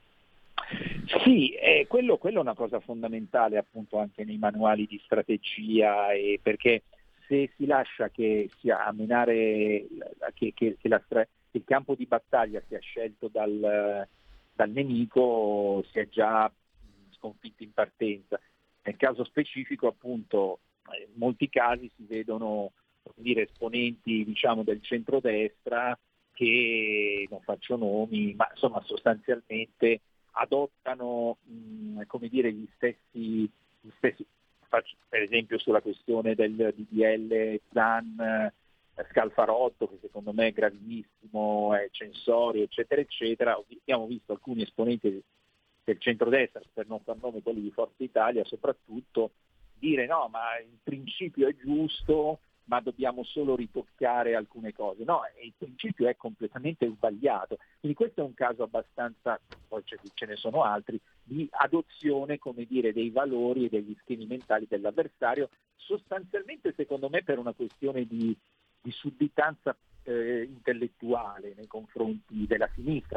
Speaker 21: Sì, quello è una cosa fondamentale appunto anche nei manuali di strategia, perché se si lascia che sia a menare che il campo di battaglia sia scelto dal nemico, si è già sconfitti in partenza. Nel caso specifico appunto in molti casi si vedono, come dire, esponenti diciamo del centrodestra che, non faccio nomi, ma insomma sostanzialmente adottano come dire gli stessi, per esempio sulla questione del DDL Zan, Scalfarotto, che secondo me è gravissimo, Censori, eccetera, eccetera. Abbiamo visto alcuni esponenti del centrodestra, per non far nome quelli di Forza Italia, soprattutto dire no, ma il principio è giusto, ma dobbiamo solo ritoccare alcune cose. No, il principio è completamente sbagliato. Quindi questo è un caso abbastanza, poi ce ne sono altri, di adozione, come dire, dei valori e degli schemi mentali dell'avversario, sostanzialmente secondo me per una questione di sudditanza intellettuale nei confronti della sinistra.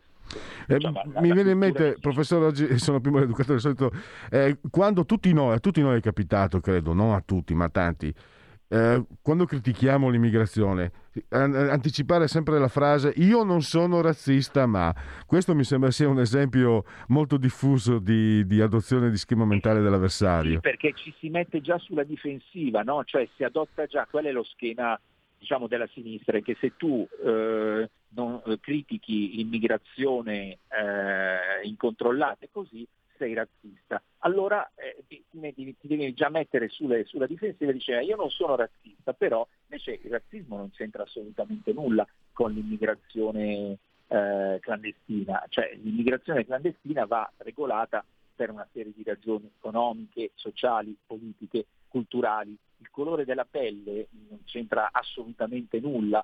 Speaker 6: Mi viene in mente, professore, oggi sono più maleducato del solito, quando a tutti noi è capitato, credo, non a tutti ma a tanti, quando critichiamo l'immigrazione, anticipare sempre la frase io non sono razzista, ma questo mi sembra sia un esempio molto diffuso di adozione di schema mentale dell'avversario.
Speaker 21: Sì, perché ci si mette già sulla difensiva, no? Cioè si adotta già, quello è lo schema, diciamo, della sinistra, è che se tu non critichi l'immigrazione incontrollata e così sei razzista. Allora ti devi già mettere sulla difensiva e dice io non sono razzista, però invece il razzismo non c'entra assolutamente nulla con l'immigrazione clandestina. Cioè l'immigrazione clandestina va regolata per una serie di ragioni economiche, sociali, politiche, culturali. Il colore della pelle non c'entra assolutamente nulla,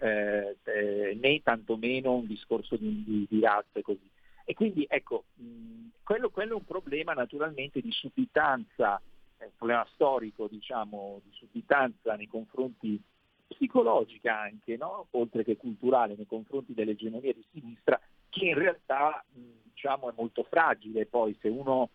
Speaker 21: né tantomeno un discorso di razza e così. E quindi ecco, quello è un problema naturalmente di sudditanza, un problema storico, diciamo, di sudditanza nei confronti psicologica anche, no? Oltre che culturale, nei confronti dell'egemonia di sinistra, che in realtà diciamo è molto fragile. Poi se uno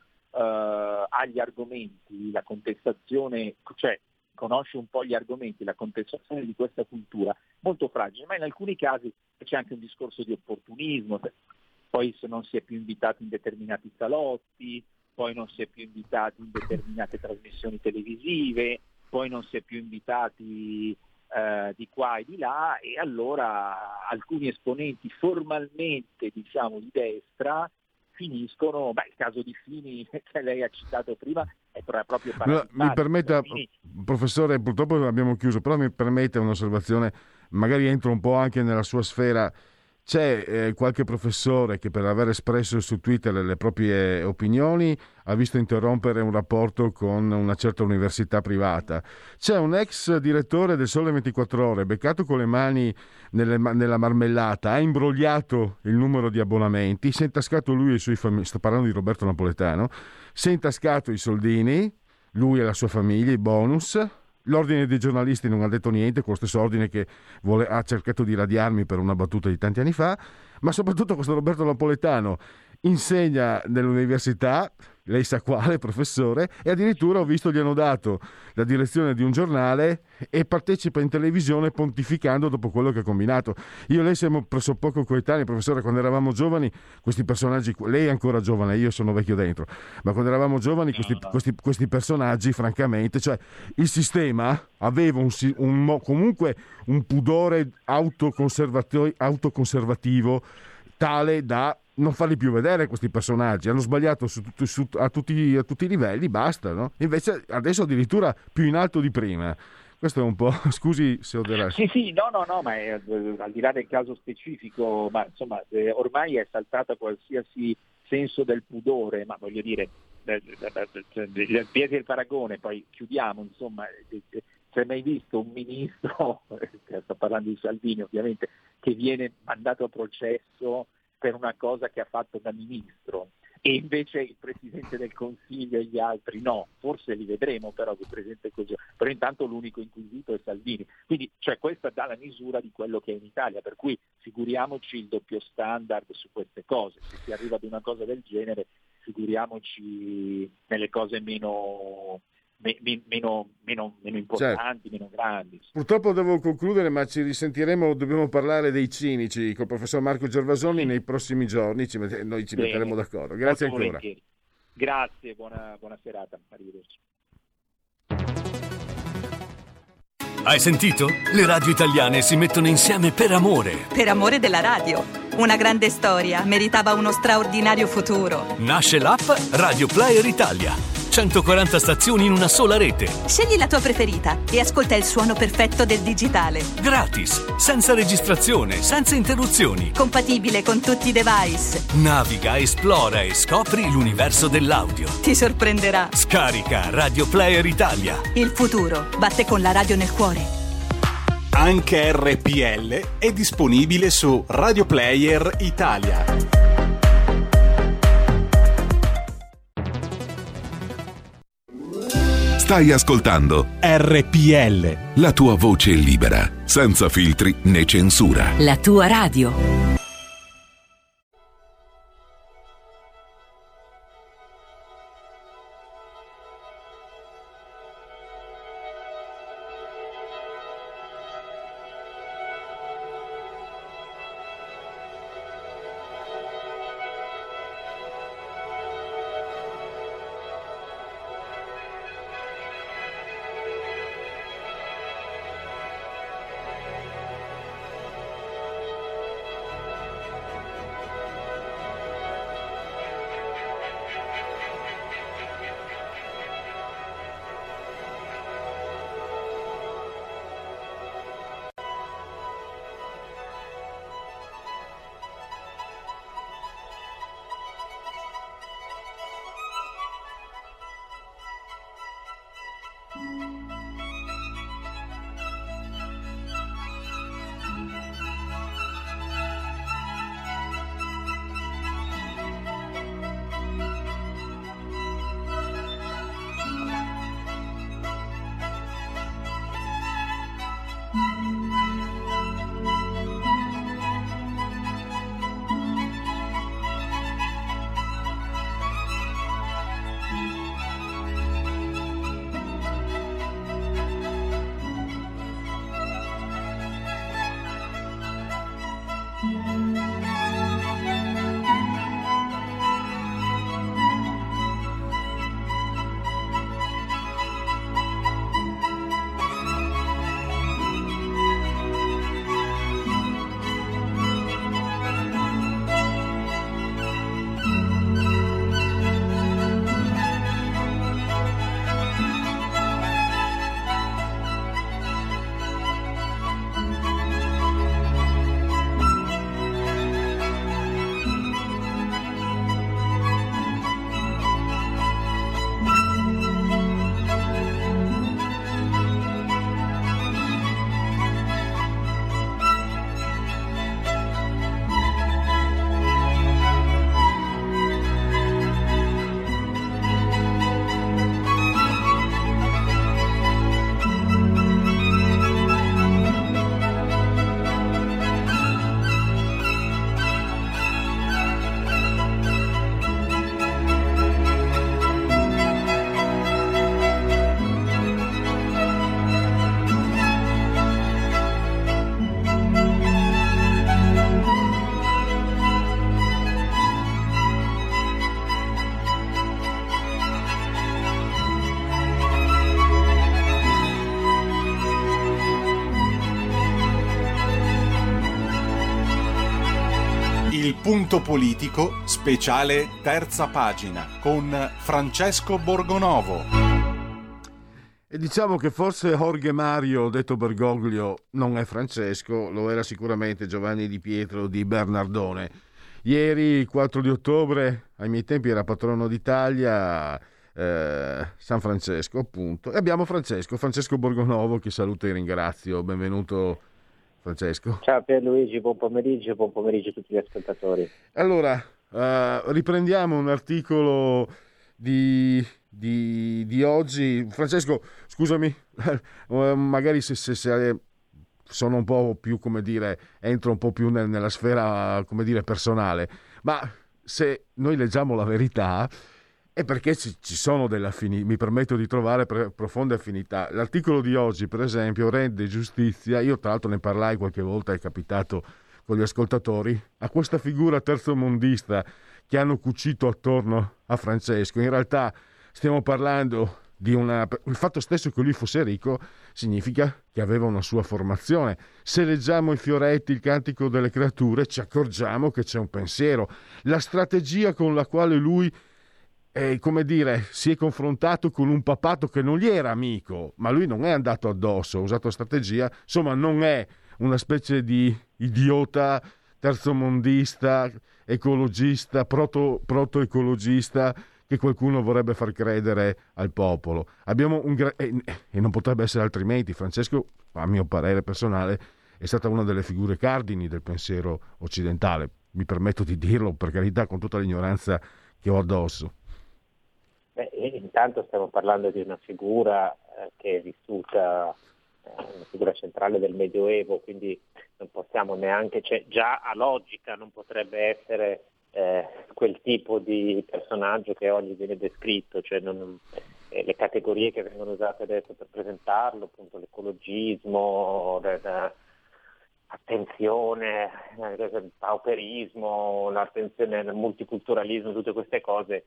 Speaker 21: ha gli argomenti, la contestazione, cioè conosce un po' gli argomenti, la contestazione di questa cultura, molto fragile, ma in alcuni casi c'è anche un discorso di opportunismo. Poi se non si è più invitati in determinati salotti, poi non si è più invitati in determinate trasmissioni televisive, poi non si è più invitati di qua e di là, e allora alcuni esponenti formalmente, diciamo, di destra finiscono, il caso di Fini che lei ha citato prima è proprio paradigmatico.
Speaker 6: Mi permetta, professore, purtroppo abbiamo chiuso, però mi permette un'osservazione, magari entro un po' anche nella sua sfera. C'è qualche professore che per aver espresso su Twitter le proprie opinioni ha visto interrompere un rapporto con una certa università privata. C'è un ex direttore del Sole 24 Ore beccato con le mani nella marmellata, ha imbrogliato il numero di abbonamenti, si è intascato lui e i suoi familiari, sto parlando di Roberto Napoletano, si è intascato i soldini, lui e la sua famiglia, i bonus. L'ordine dei giornalisti non ha detto niente, con lo stesso ordine che ha cercato di radiarmi per una battuta di tanti anni fa, ma soprattutto questo Roberto Napoletano insegna nell'università, lei sa quale, professore, e addirittura ho visto gli hanno dato la direzione di un giornale e partecipa in televisione pontificando dopo quello che ha combinato. Io e lei siamo pressopoco coetanei, professore. Quando eravamo giovani questi personaggi, lei è ancora giovane, io sono vecchio dentro, ma quando eravamo giovani questi personaggi, francamente, cioè il sistema aveva comunque un pudore autoconservativo tale da non farli più vedere questi personaggi. Hanno sbagliato a tutti i livelli, basta, no? Invece adesso addirittura più in alto di prima. Questo è un po', scusi se ho della...
Speaker 21: Sì, no, ma è, al di là del caso specifico, ma insomma ormai è saltata qualsiasi senso del pudore, ma voglio dire, piedi il paragone, poi chiudiamo, insomma, si è mai visto un ministro, sto parlando di Salvini ovviamente, che viene mandato a processo per una cosa che ha fatto da ministro, e invece il Presidente del Consiglio e gli altri no? Forse li vedremo, però il Presidente così, però intanto l'unico inquisito è Salvini. Quindi questa dà la misura di quello che è in Italia, per cui figuriamoci il doppio standard su queste cose. Se si arriva ad una cosa del genere, figuriamoci nelle cose meno importanti, certo, meno grandi.
Speaker 6: Purtroppo devo concludere, ma ci risentiremo, dobbiamo parlare dei cinici col professor Marco Gervasoni nei prossimi giorni, noi ci metteremo d'accordo. Grazie ancora.
Speaker 21: Volentieri. Grazie, buona serata. Arrivederci.
Speaker 13: Hai sentito? Le radio italiane si mettono insieme per amore.
Speaker 2: Per amore della radio. Una grande storia meritava uno straordinario futuro.
Speaker 13: Nasce l'app Radio Player Italia. 140 stazioni in una sola rete.
Speaker 2: Scegli la tua preferita e ascolta il suono perfetto del digitale.
Speaker 13: Gratis, senza registrazione, senza interruzioni.
Speaker 2: Compatibile con tutti i device.
Speaker 13: Naviga, esplora e scopri l'universo dell'audio.
Speaker 2: Ti sorprenderà.
Speaker 13: Scarica Radio Player Italia.
Speaker 2: Il futuro batte con la radio nel cuore.
Speaker 20: Anche RPL è disponibile su Radio Player Italia.
Speaker 10: Stai ascoltando
Speaker 7: RPL,
Speaker 10: la tua voce libera, senza filtri né censura.
Speaker 1: La tua radio.
Speaker 20: Il punto politico, speciale terza pagina, con Francesco Borgonovo.
Speaker 6: E diciamo che forse Jorge Mario, detto Bergoglio, non è Francesco, lo era sicuramente Giovanni Di Pietro di Bernardone. Ieri, 4 di ottobre, ai miei tempi era patrono d'Italia, San Francesco, appunto. E abbiamo Francesco Borgonovo, che saluto e ringrazio. Benvenuto, Francesco.
Speaker 3: Ciao Pierluigi, buon pomeriggio a tutti gli ascoltatori.
Speaker 6: Allora, riprendiamo un articolo di oggi. Francesco, scusami, magari se sono un po' più, come dire, entro un po' più nella sfera, come dire, personale, ma se noi leggiamo La Verità è perché ci sono delle affinità, mi permetto di trovare profonde affinità. L'articolo di oggi, per esempio, rende giustizia, io tra l'altro ne parlai qualche volta, è capitato con gli ascoltatori, a questa figura terzomondista che hanno cucito attorno a Francesco. In realtà stiamo parlando di il fatto stesso che lui fosse ricco significa che aveva una sua formazione. Se leggiamo i fioretti, il cantico delle creature, ci accorgiamo che c'è un pensiero. La strategia con la quale lui come dire, si è confrontato con un papato che non gli era amico, ma lui non è andato addosso, ha usato strategia, insomma non è una specie di idiota terzomondista, ecologista, proto-ecologista che qualcuno vorrebbe far credere al popolo. Abbiamo e non potrebbe essere altrimenti. Francesco, a mio parere personale, è stata una delle figure cardini del pensiero occidentale. Mi permetto di dirlo, per carità, con tutta l'ignoranza che ho addosso.
Speaker 3: Intanto stiamo parlando di una figura che è vissuta, una figura centrale del Medioevo, quindi non possiamo neanche, già a logica non potrebbe essere quel tipo di personaggio che oggi viene descritto, le categorie che vengono usate adesso per presentarlo, appunto l'ecologismo, l'attenzione, il pauperismo, l'attenzione al multiculturalismo, tutte queste cose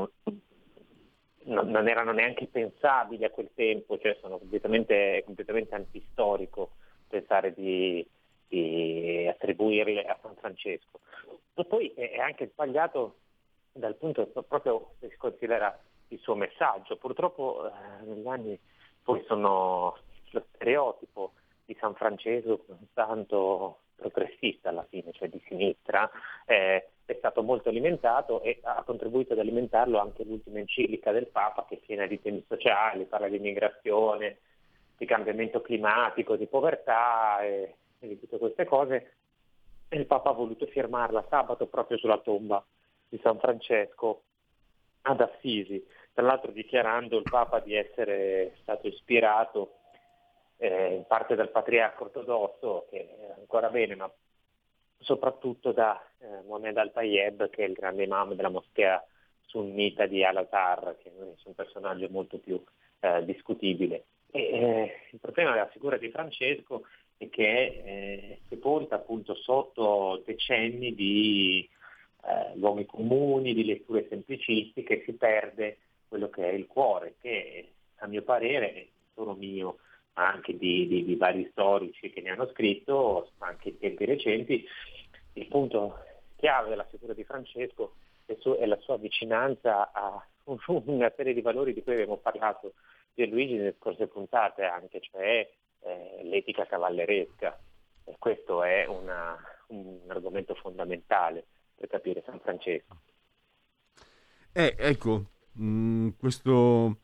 Speaker 3: non erano neanche pensabili a quel tempo, è completamente antistorico pensare di attribuirle a San Francesco. E poi è anche sbagliato dal punto proprio se si considera il suo messaggio. Purtroppo negli anni poi lo stereotipo di San Francesco, tanto progressista alla fine, cioè di sinistra, è stato molto alimentato e ha contribuito ad alimentarlo anche l'ultima enciclica del Papa, che è piena di temi sociali, parla di immigrazione, di cambiamento climatico, di povertà e di tutte queste cose. E il Papa ha voluto firmarla sabato proprio sulla tomba di San Francesco ad Assisi, tra l'altro dichiarando il Papa di essere stato ispirato in parte dal patriarca ortodosso, che è ancora bene, ma soprattutto da Mohammed al-Tayeb, che è il grande imam della moschea sunnita di Al-Azhar, che è un personaggio molto più discutibile. Il problema della figura di Francesco è che è sepolta appunto sotto decenni di luoghi comuni, di letture semplicistiche, si perde quello che è il cuore, che a mio parere, è solo mio, ma anche di vari storici che ne hanno scritto, anche in tempi recenti, il punto chiave della figura di Francesco è la sua vicinanza a una serie di valori di cui abbiamo parlato Pierluigi nelle scorse puntate, anche, cioè l'etica cavalleresca. E questo è un argomento fondamentale per capire San Francesco.
Speaker 6: Ecco, questo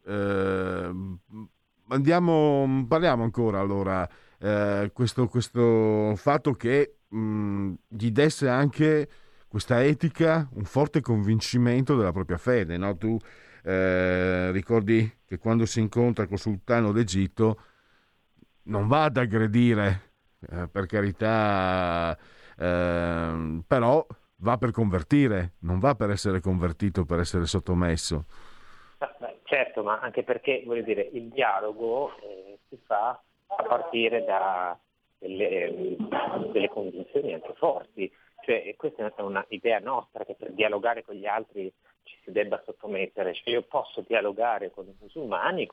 Speaker 6: parliamo ancora allora questo fatto che gli desse anche questa etica un forte convincimento della propria fede, no? Tu ricordi che quando si incontra col sultano d'Egitto non va ad aggredire, per carità, però va per convertire, non va per essere convertito, per essere sottomesso.
Speaker 3: Certo, ma anche perché, voglio dire, il dialogo si fa a partire da delle convinzioni anche forti, cioè questa è una idea nostra, che per dialogare con gli altri ci si debba sottomettere, cioè io posso dialogare con i musulmani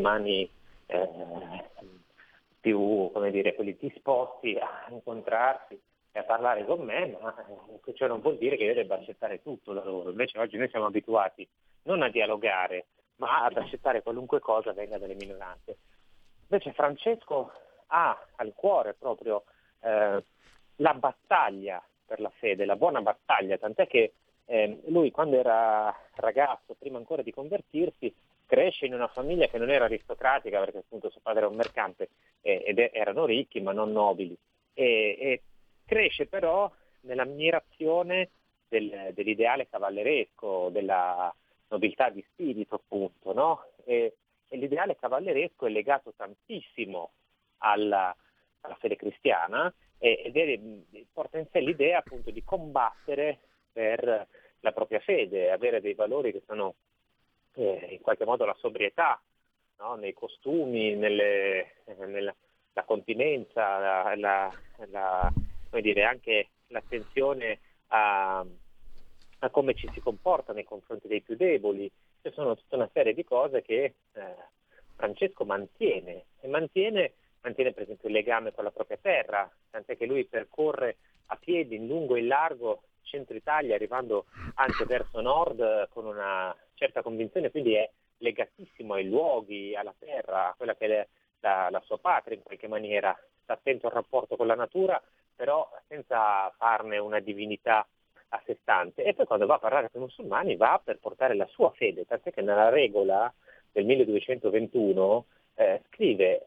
Speaker 3: più, come dire, quelli disposti a incontrarsi e a parlare con me, ma ciò non vuol dire che io debba accettare tutto da loro. Invece oggi noi siamo abituati non a dialogare, ma ad accettare qualunque cosa venga dalle minoranze. Invece Francesco ha al cuore proprio la battaglia per la fede, la buona battaglia, tant'è che lui, quando era ragazzo, prima ancora di convertirsi, cresce in una famiglia che non era aristocratica, perché appunto suo padre era un mercante ed erano ricchi ma non nobili, e cresce però nell'ammirazione dell'ideale cavalleresco, della nobiltà di spirito, appunto, no? E l'ideale cavalleresco è legato tantissimo alla fede cristiana ed porta in sé l'idea appunto di combattere per la propria fede, avere dei valori che sono in qualche modo la sobrietà, no? Nei costumi, nella continenza, come dire, anche l'attenzione a come ci si comporta nei confronti dei più deboli. Ci sono tutta una serie di cose che Francesco mantiene per esempio il legame con la propria terra, tant'è che lui percorre a piedi in lungo e in largo centro Italia, arrivando anche verso nord con una certa convinzione, quindi è legatissimo ai luoghi, alla terra, a quella che è la sua patria in qualche maniera, sta attento al rapporto con la natura, però senza farne una divinità a sé stante. E poi quando va a parlare con i musulmani va per portare la sua fede, tant'è che nella regola del 1221 scrive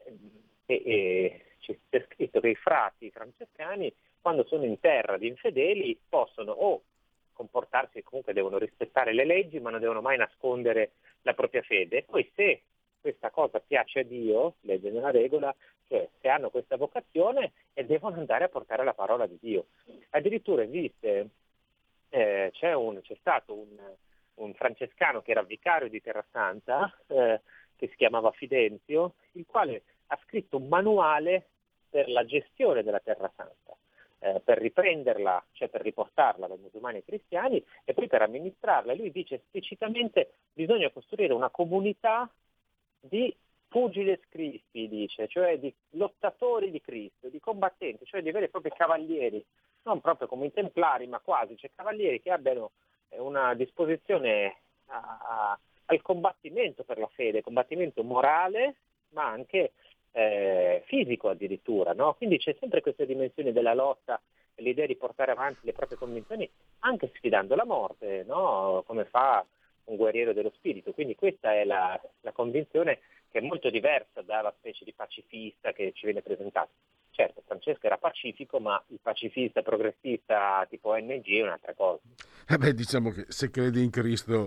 Speaker 3: c'è scritto che i frati francescani, quando sono in terra di infedeli, possono o comportarsi, comunque devono rispettare le leggi, ma non devono mai nascondere la propria fede. E poi se questa cosa piace a Dio, legge nella regola, cioè se hanno questa vocazione e devono andare a portare la parola di Dio. Addirittura esiste, c'è stato un francescano che era vicario di Terrasanta, che si chiamava Fidenzio, il quale ha scritto un manuale per la gestione della Terra Santa, per riprenderla, cioè per riportarla dai musulmani ai cristiani e poi per amministrarla. E lui dice esplicitamente bisogna costruire una comunità di pugiles Christi, dice, cioè di lottatori di Cristo, di combattenti, cioè di veri e propri cavalieri, non proprio come i templari, ma quasi, cioè cavalieri che abbiano una disposizione al combattimento per la fede, combattimento morale, ma anche fisico addirittura, no? Quindi c'è sempre questa dimensione della lotta, l'idea di portare avanti le proprie convinzioni anche sfidando la morte, no? Come fa un guerriero dello spirito. Quindi questa è la convinzione, che è molto diversa dalla specie di pacifista che ci viene presentato. Certo, Francesco era pacifico, ma il pacifista progressista tipo ONG è un'altra cosa.
Speaker 6: Diciamo che se credi in Cristo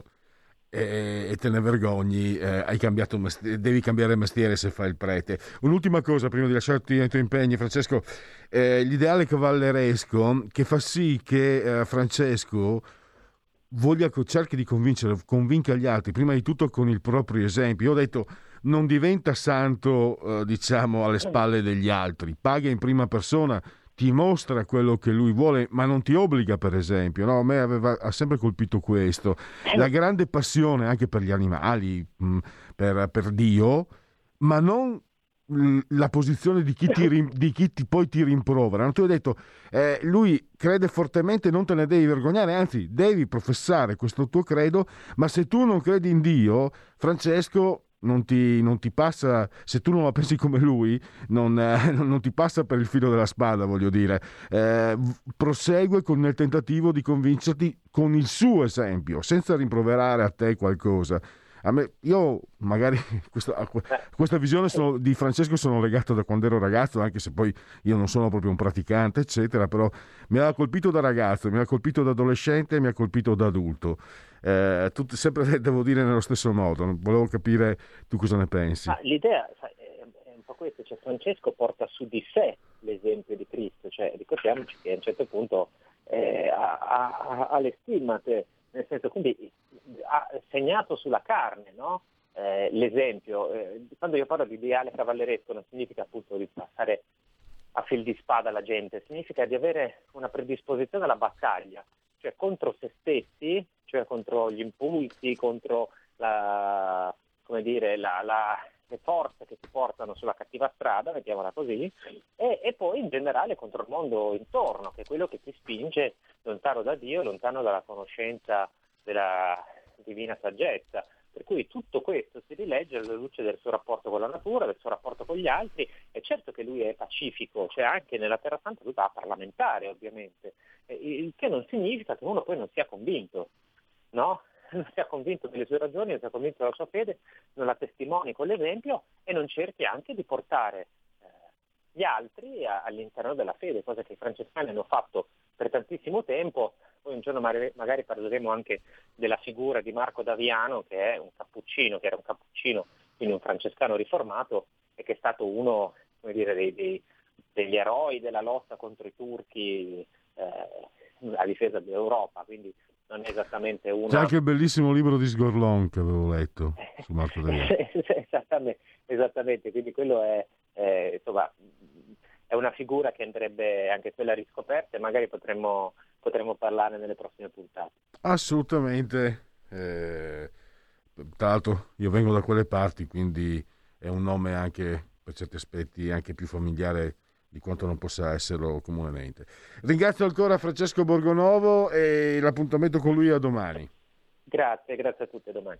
Speaker 6: e te ne vergogni, hai cambiato devi cambiare mestiere se fai il prete. Un'ultima cosa prima di lasciarti ai tuoi impegni, Francesco, l'ideale cavalleresco che fa sì che Francesco cerchi di convinca gli altri, prima di tutto con il proprio esempio. Io ho detto, non diventa santo diciamo alle spalle degli altri, paga in prima persona, ti mostra quello che lui vuole, ma non ti obbliga, per esempio, no? A me ha sempre colpito questo, la grande passione anche per gli animali, per Dio, ma non la posizione di chi poi ti rimprovera. Tu hai detto, lui crede fortemente, non te ne devi vergognare, anzi devi professare questo tuo credo, ma se tu non credi in Dio, Francesco, non ti passa, se tu non la pensi come lui, non ti passa per il filo della spada, voglio dire. Prosegue nel tentativo di convincerti con il suo esempio, senza rimproverare a te qualcosa. Io magari questa visione di Francesco sono legato da quando ero ragazzo, anche se poi io non sono proprio un praticante, eccetera, però mi ha colpito da ragazzo, mi ha colpito da adolescente, mi ha colpito da adulto. Tutto sempre, devo dire, nello stesso modo. Volevo capire tu cosa ne pensi.
Speaker 3: L'idea è un po' questa, cioè Francesco porta su di sé l'esempio di Cristo, cioè ricordiamoci che a un certo punto ha le stimmate, nel senso, quindi ha segnato sulla carne, no? L'esempio. Quando io parlo di ideale cavalleresco non significa appunto di passare a fil di spada la gente, significa di avere una predisposizione alla battaglia, cioè contro se stessi, cioè contro gli impulsi, contro le forze che ti portano sulla cattiva strada, mettiamola così, e poi in generale contro il mondo intorno, che è quello che ti spinge lontano da Dio, lontano dalla conoscenza della divina saggezza. Per cui tutto questo si rilegge alla luce del suo rapporto con la natura, del suo rapporto con gli altri. È certo che lui è pacifico, cioè anche nella Terra Santa lui va parlamentare, ovviamente, il che non significa che uno poi non sia convinto, no? Non sia convinto delle sue ragioni, non sia convinto della sua fede, non la testimoni con l'esempio e non cerchi anche di portare gli altri all'interno della fede, cosa che i francescani hanno fatto per tantissimo tempo. Poi un giorno magari parleremo anche della figura di Marco d'Aviano, che è un cappuccino, che era un cappuccino, quindi un francescano riformato, e che è stato uno, come dire, degli eroi della lotta contro i turchi a difesa dell'Europa, quindi non è esattamente uno.
Speaker 6: C'è anche il bellissimo libro di Sgorlon che avevo letto su Marco d'Aviano.
Speaker 3: Esattamente, quindi quello è insomma, è una figura che andrebbe anche quella riscoperta, e magari potremmo parlarne nelle prossime puntate.
Speaker 6: Assolutamente. Tra l'altro io vengo da quelle parti, quindi è un nome anche per certi aspetti anche più familiare di quanto non possa esserlo comunemente. Ringrazio ancora Francesco Borgonovo e l'appuntamento con lui a domani.
Speaker 3: Grazie a tutti, a domani.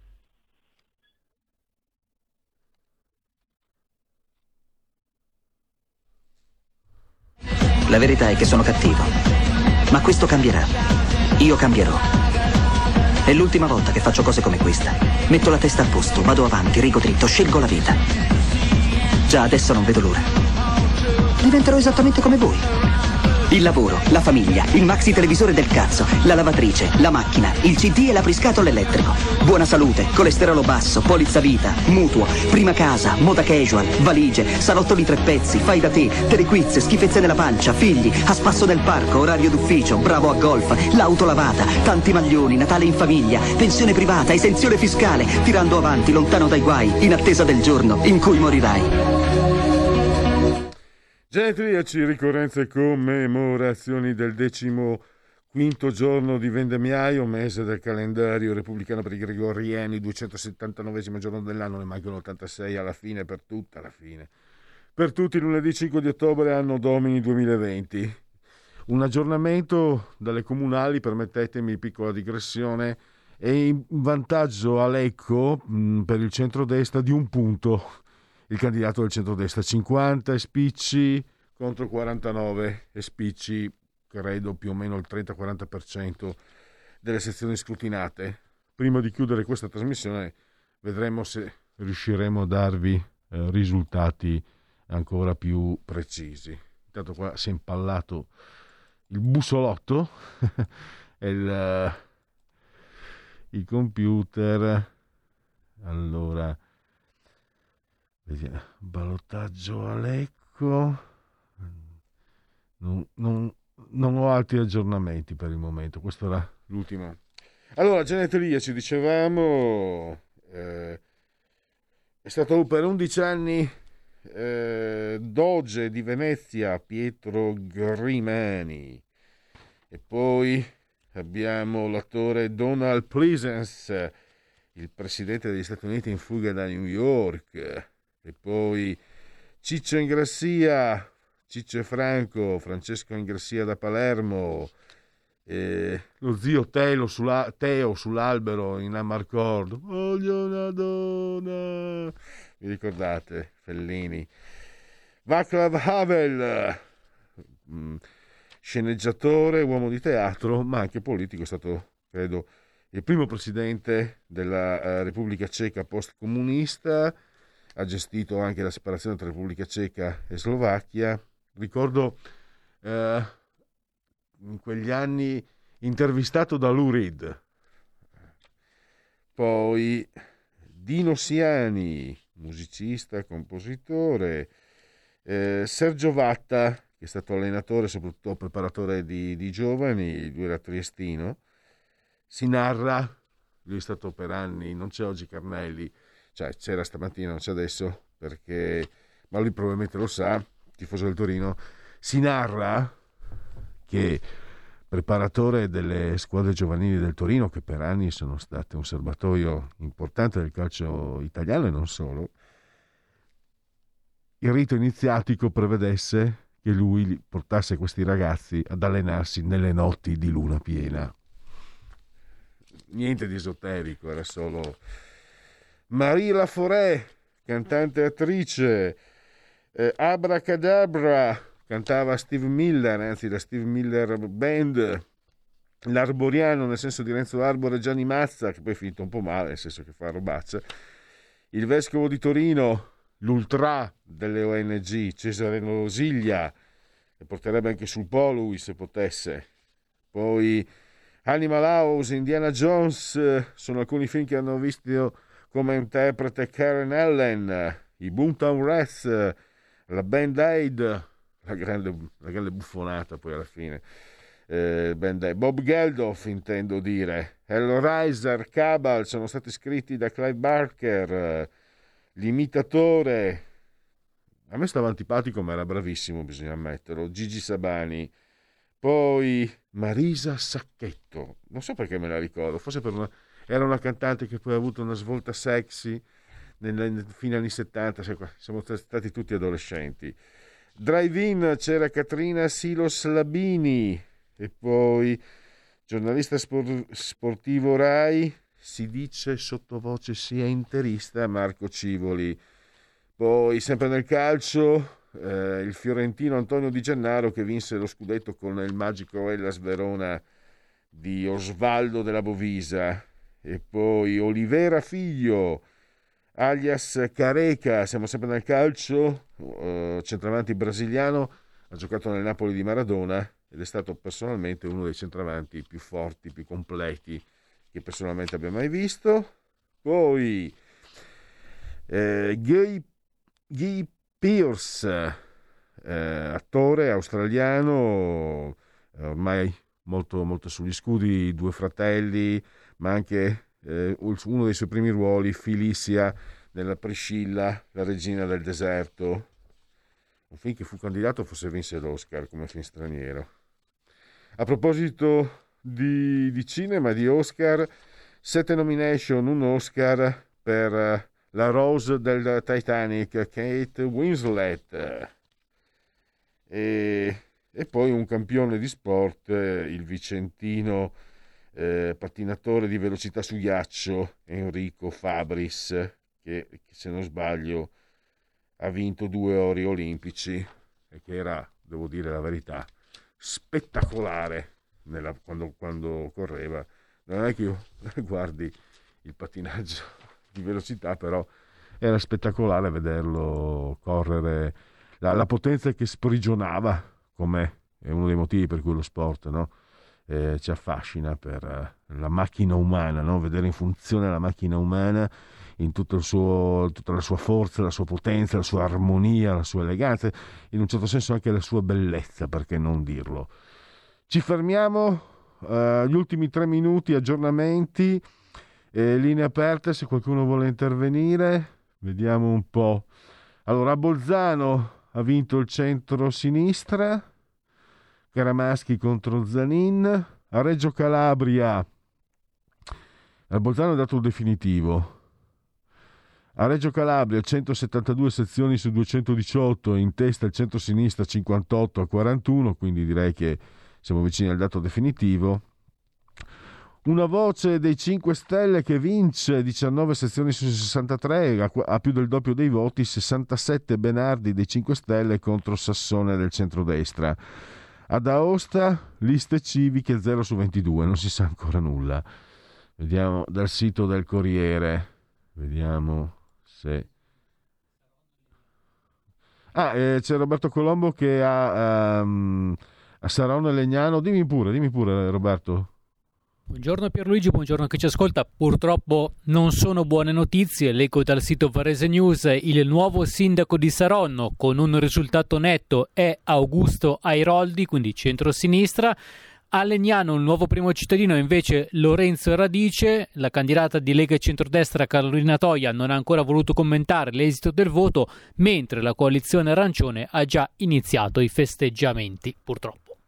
Speaker 4: La verità è che sono cattivo, ma questo cambierà. Io cambierò. È l'ultima volta che faccio cose come questa. Metto la testa a posto, vado avanti, rigo dritto, scelgo la vita. Già adesso non vedo l'ora. Diventerò esattamente come voi. Il lavoro, la famiglia, il maxi televisore del cazzo, la lavatrice, la macchina, il CD e l'apriscatole elettrico. Buona salute, colesterolo basso, polizza vita, mutuo, prima casa, moda casual, valigie, salottoli 3 pezzi, fai da te, telequiz, schifezze nella pancia, figli, a spasso nel parco, orario d'ufficio, bravo a golf, l'auto lavata, tanti maglioni, Natale in famiglia, pensione privata, esenzione fiscale, tirando avanti, lontano dai guai, in attesa del giorno in cui morirai.
Speaker 6: Genetriaci, ricorrenze e commemorazioni del 15° giorno di Vendemmiaio, mese del calendario repubblicano per i gregoriani, 279° giorno dell'anno, ne mancano 86 alla fine, per tutta la fine. Per tutti lunedì 5 di ottobre, anno domini 2020. Un aggiornamento dalle comunali, permettetemi piccola digressione, è in vantaggio a Lecco per il centrodestra di un punto. Il candidato del centrodestra 50 e spicci contro 49 e spicci, credo più o meno il 30-40% delle sezioni scrutinate. Prima di chiudere questa trasmissione vedremo se riusciremo a darvi risultati ancora più precisi. Intanto qua si è impallato il bussolotto e il computer. Allora, ballottaggio a Lecco. Non ho altri aggiornamenti per il momento. Questo era l'ultimo. Allora, Genetria, ci dicevamo, è stato per 11 anni doge di Venezia Pietro Grimani, e poi abbiamo l'attore Donald Pleasence, il presidente degli Stati Uniti in fuga da New York. E poi Ciccio Ingrassia, Ciccio e Franco, Francesco Ingrassia da Palermo, lo zio Teo sull'albero in Amarcord, voglio una donna, vi ricordate? Fellini. Václav Havel, sceneggiatore, uomo di teatro, ma anche politico, è stato, credo, il primo presidente della Repubblica Ceca post-comunista. Ha gestito anche la separazione tra Repubblica Ceca e Slovacchia. Ricordo in quegli anni intervistato da Lou Reed. Poi Dino Siani, musicista, compositore. Sergio Vatta, che è stato allenatore, soprattutto preparatore di giovani, lui era triestino. Si narra, lui è stato per anni, non c'è oggi Carnelli, cioè c'era stamattina, non c'è adesso, perché, ma lui probabilmente lo sa, tifoso del Torino. Si narra che preparatore delle squadre giovanili del Torino, che per anni sono state un serbatoio importante del calcio italiano e non solo, il rito iniziatico prevedesse che lui portasse questi ragazzi ad allenarsi nelle notti di luna piena. Niente di esoterico, era solo... Marie Laforêt, cantante e attrice. Abracadabra, cantava Steve Miller, anzi la Steve Miller Band. L'Arboriano, nel senso di Renzo Arbore e Gianni Mazza, che poi è finito un po' male, nel senso che fa robaccia. Il vescovo di Torino, l'ultra delle ONG, Cesare Nosiglia, che porterebbe anche sul Polui se potesse. Poi Animal House, Indiana Jones, sono alcuni film che hanno visto come interprete Karen Allen, i Boomtown Rats, la Band Aid, la grande buffonata poi alla fine, Band Aid. Bob Geldof, intendo dire, Hellraiser, Cabal sono stati scritti da Clive Barker. L'imitatore, a me stava antipatico ma era bravissimo, bisogna ammetterlo, Gigi Sabani. Poi Marisa Sacchetto, non so perché me la ricordo, forse era una cantante che poi ha avuto una svolta sexy fine anni 70, siamo stati tutti adolescenti. Drive-in c'era Catrina Silos Labini, e poi giornalista sportivo Rai, si dice sottovoce sia interista, Marco Civoli. Poi sempre nel calcio il fiorentino Antonio Di Gennaro che vinse lo scudetto con il magico Hellas Verona di Osvaldo della Bovisa. E poi Olivera Figlio alias Careca, siamo sempre nel calcio, centravanti brasiliano, ha giocato nel Napoli di Maradona ed è stato personalmente uno dei centravanti più forti, più completi che personalmente abbia mai visto. Poi Guy Pearce, attore australiano, ormai molto, molto sugli scudi, due fratelli, ma anche uno dei suoi primi ruoli, Felicia nella Priscilla, la regina del deserto, un film che fu candidato, forse vinse l'Oscar come film straniero. A proposito di cinema, di Oscar, 7 nomination, un Oscar per la Rose del Titanic, Kate Winslet, e poi un campione di sport, il vicentino pattinatore di velocità su ghiaccio Enrico Fabris, che se non sbaglio ha vinto 2 ori olimpici e che era, devo dire la verità, spettacolare quando correva. Non è che io guardi il pattinaggio di velocità, però era spettacolare vederlo correre, la potenza che sprigionava, come è uno dei motivi per cui lo sport, no? Ci affascina, per la macchina umana, no? Vedere in funzione la macchina umana in tutta la sua forza, la sua potenza, la sua armonia, la sua eleganza, in un certo senso anche la sua bellezza, perché non dirlo. Ci fermiamo, gli ultimi 3 minuti, aggiornamenti, linee aperte se qualcuno vuole intervenire, vediamo un po'. Allora, a Bolzano ha vinto il centro-sinistra, Caramaschi contro Zanin. A Reggio Calabria a Bolzano è dato il definitivo. A Reggio Calabria 172 sezioni su 218, in testa il centro-sinistra 58-41, quindi direi che siamo vicini al dato definitivo. Una voce dei 5 Stelle che vince 19 sezioni su 63, ha più del doppio dei voti, 67 Benardi dei 5 Stelle contro Sassone del centrodestra. Ad Aosta liste civiche 0 su 22, non si sa ancora nulla. Vediamo dal sito del Corriere, vediamo se... c'è Roberto Colombo che ha a Saronno e Legnano. Dimmi pure Roberto.
Speaker 5: Buongiorno Pierluigi, buongiorno a chi ci ascolta. Purtroppo non sono buone notizie. Leggo dal sito Varese News: il nuovo sindaco di Saronno con un risultato netto è Augusto Airoldi, quindi centro-sinistra. A Legnano il nuovo primo cittadino è invece Lorenzo Radice. La candidata di Lega e Centrodestra Carolina Toia non ha ancora voluto commentare l'esito del voto, mentre la coalizione arancione ha già iniziato i festeggiamenti, purtroppo.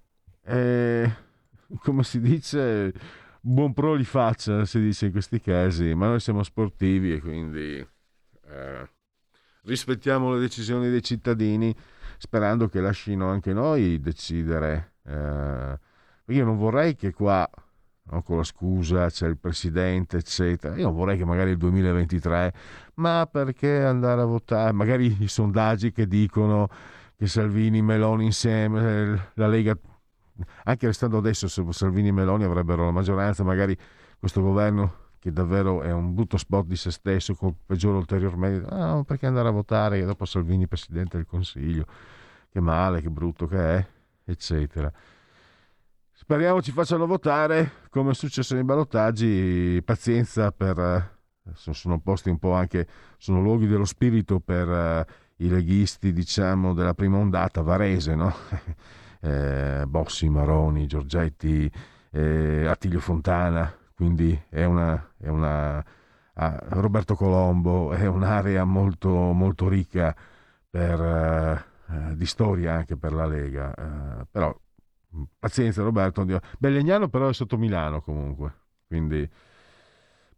Speaker 6: Come si dice, buon pro li faccia, si dice in questi casi, ma noi siamo sportivi e quindi rispettiamo le decisioni dei cittadini, sperando che lasciano anche noi decidere. Io non vorrei che qua, no, con la scusa c'è il presidente eccetera, io non vorrei che magari il 2023, ma perché andare a votare, magari i sondaggi che dicono che Salvini, Meloni insieme, la Lega, anche restando adesso, se Salvini e Meloni avrebbero la maggioranza, magari questo governo, che davvero è un brutto spot di se stesso, peggiora ulteriormente. Perché andare a votare, e dopo Salvini presidente del Consiglio, che male, che brutto che è, eccetera. Speriamo ci facciano votare come è successo nei ballottaggi. Pazienza, sono posti un po' anche, sono luoghi dello spirito per i leghisti, diciamo, della prima ondata, Varese, no? Bossi, Maroni, Giorgetti, Attilio Fontana, quindi è una Roberto Colombo, è un'area molto, molto ricca di storia anche per la Lega, però pazienza Roberto. Legnano però è sotto Milano comunque, quindi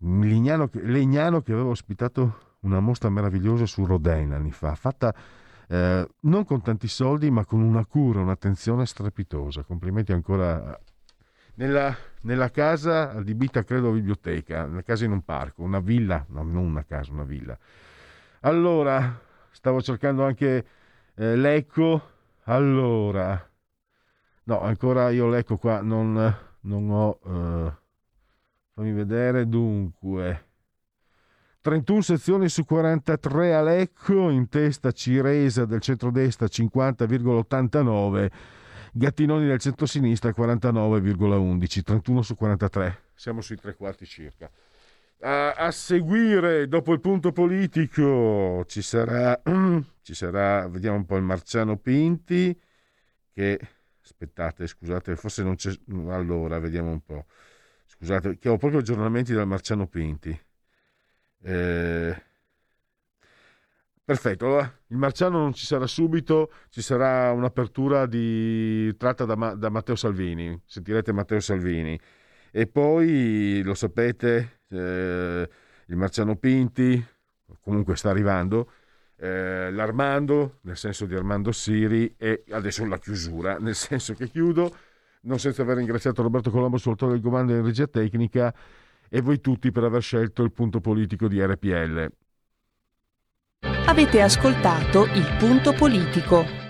Speaker 6: Legnano che aveva ospitato una mostra meravigliosa su Rodin anni fa, fatta non con tanti soldi, ma con una cura, un'attenzione strepitosa. Complimenti ancora. Nella casa adibita, credo, a biblioteca, nella casa in un parco, una villa, no, non una casa, una villa. Allora, stavo cercando anche l'Ecco. Allora, no, ancora io l'Ecco qua non ho. Fammi vedere, dunque. 31 sezioni su 43 a Lecco, in testa Ciresa del centrodestra 50,89, Gattinoni del centrosinistra 49,11, 31 su 43, siamo sui 3/4 circa. A seguire, dopo il punto politico, ci sarà, vediamo un po' il Marciano Pinti, che, aspettate, scusate, forse non c'è, allora, vediamo un po', scusate, che ho proprio aggiornamenti dal Marciano Pinti. Perfetto, allora, il Marciano non ci sarà subito, ci sarà un'apertura tratta da Matteo Salvini, sentirete Matteo Salvini, e poi lo sapete, il Marciano Pinti comunque sta arrivando, l'Armando, nel senso di Armando Siri, e adesso la chiusura, nel senso che chiudo non senza aver ringraziato Roberto Colombo, autore del comando in regia tecnica, e voi tutti per aver scelto il punto politico di RPL.
Speaker 1: Avete ascoltato il punto politico.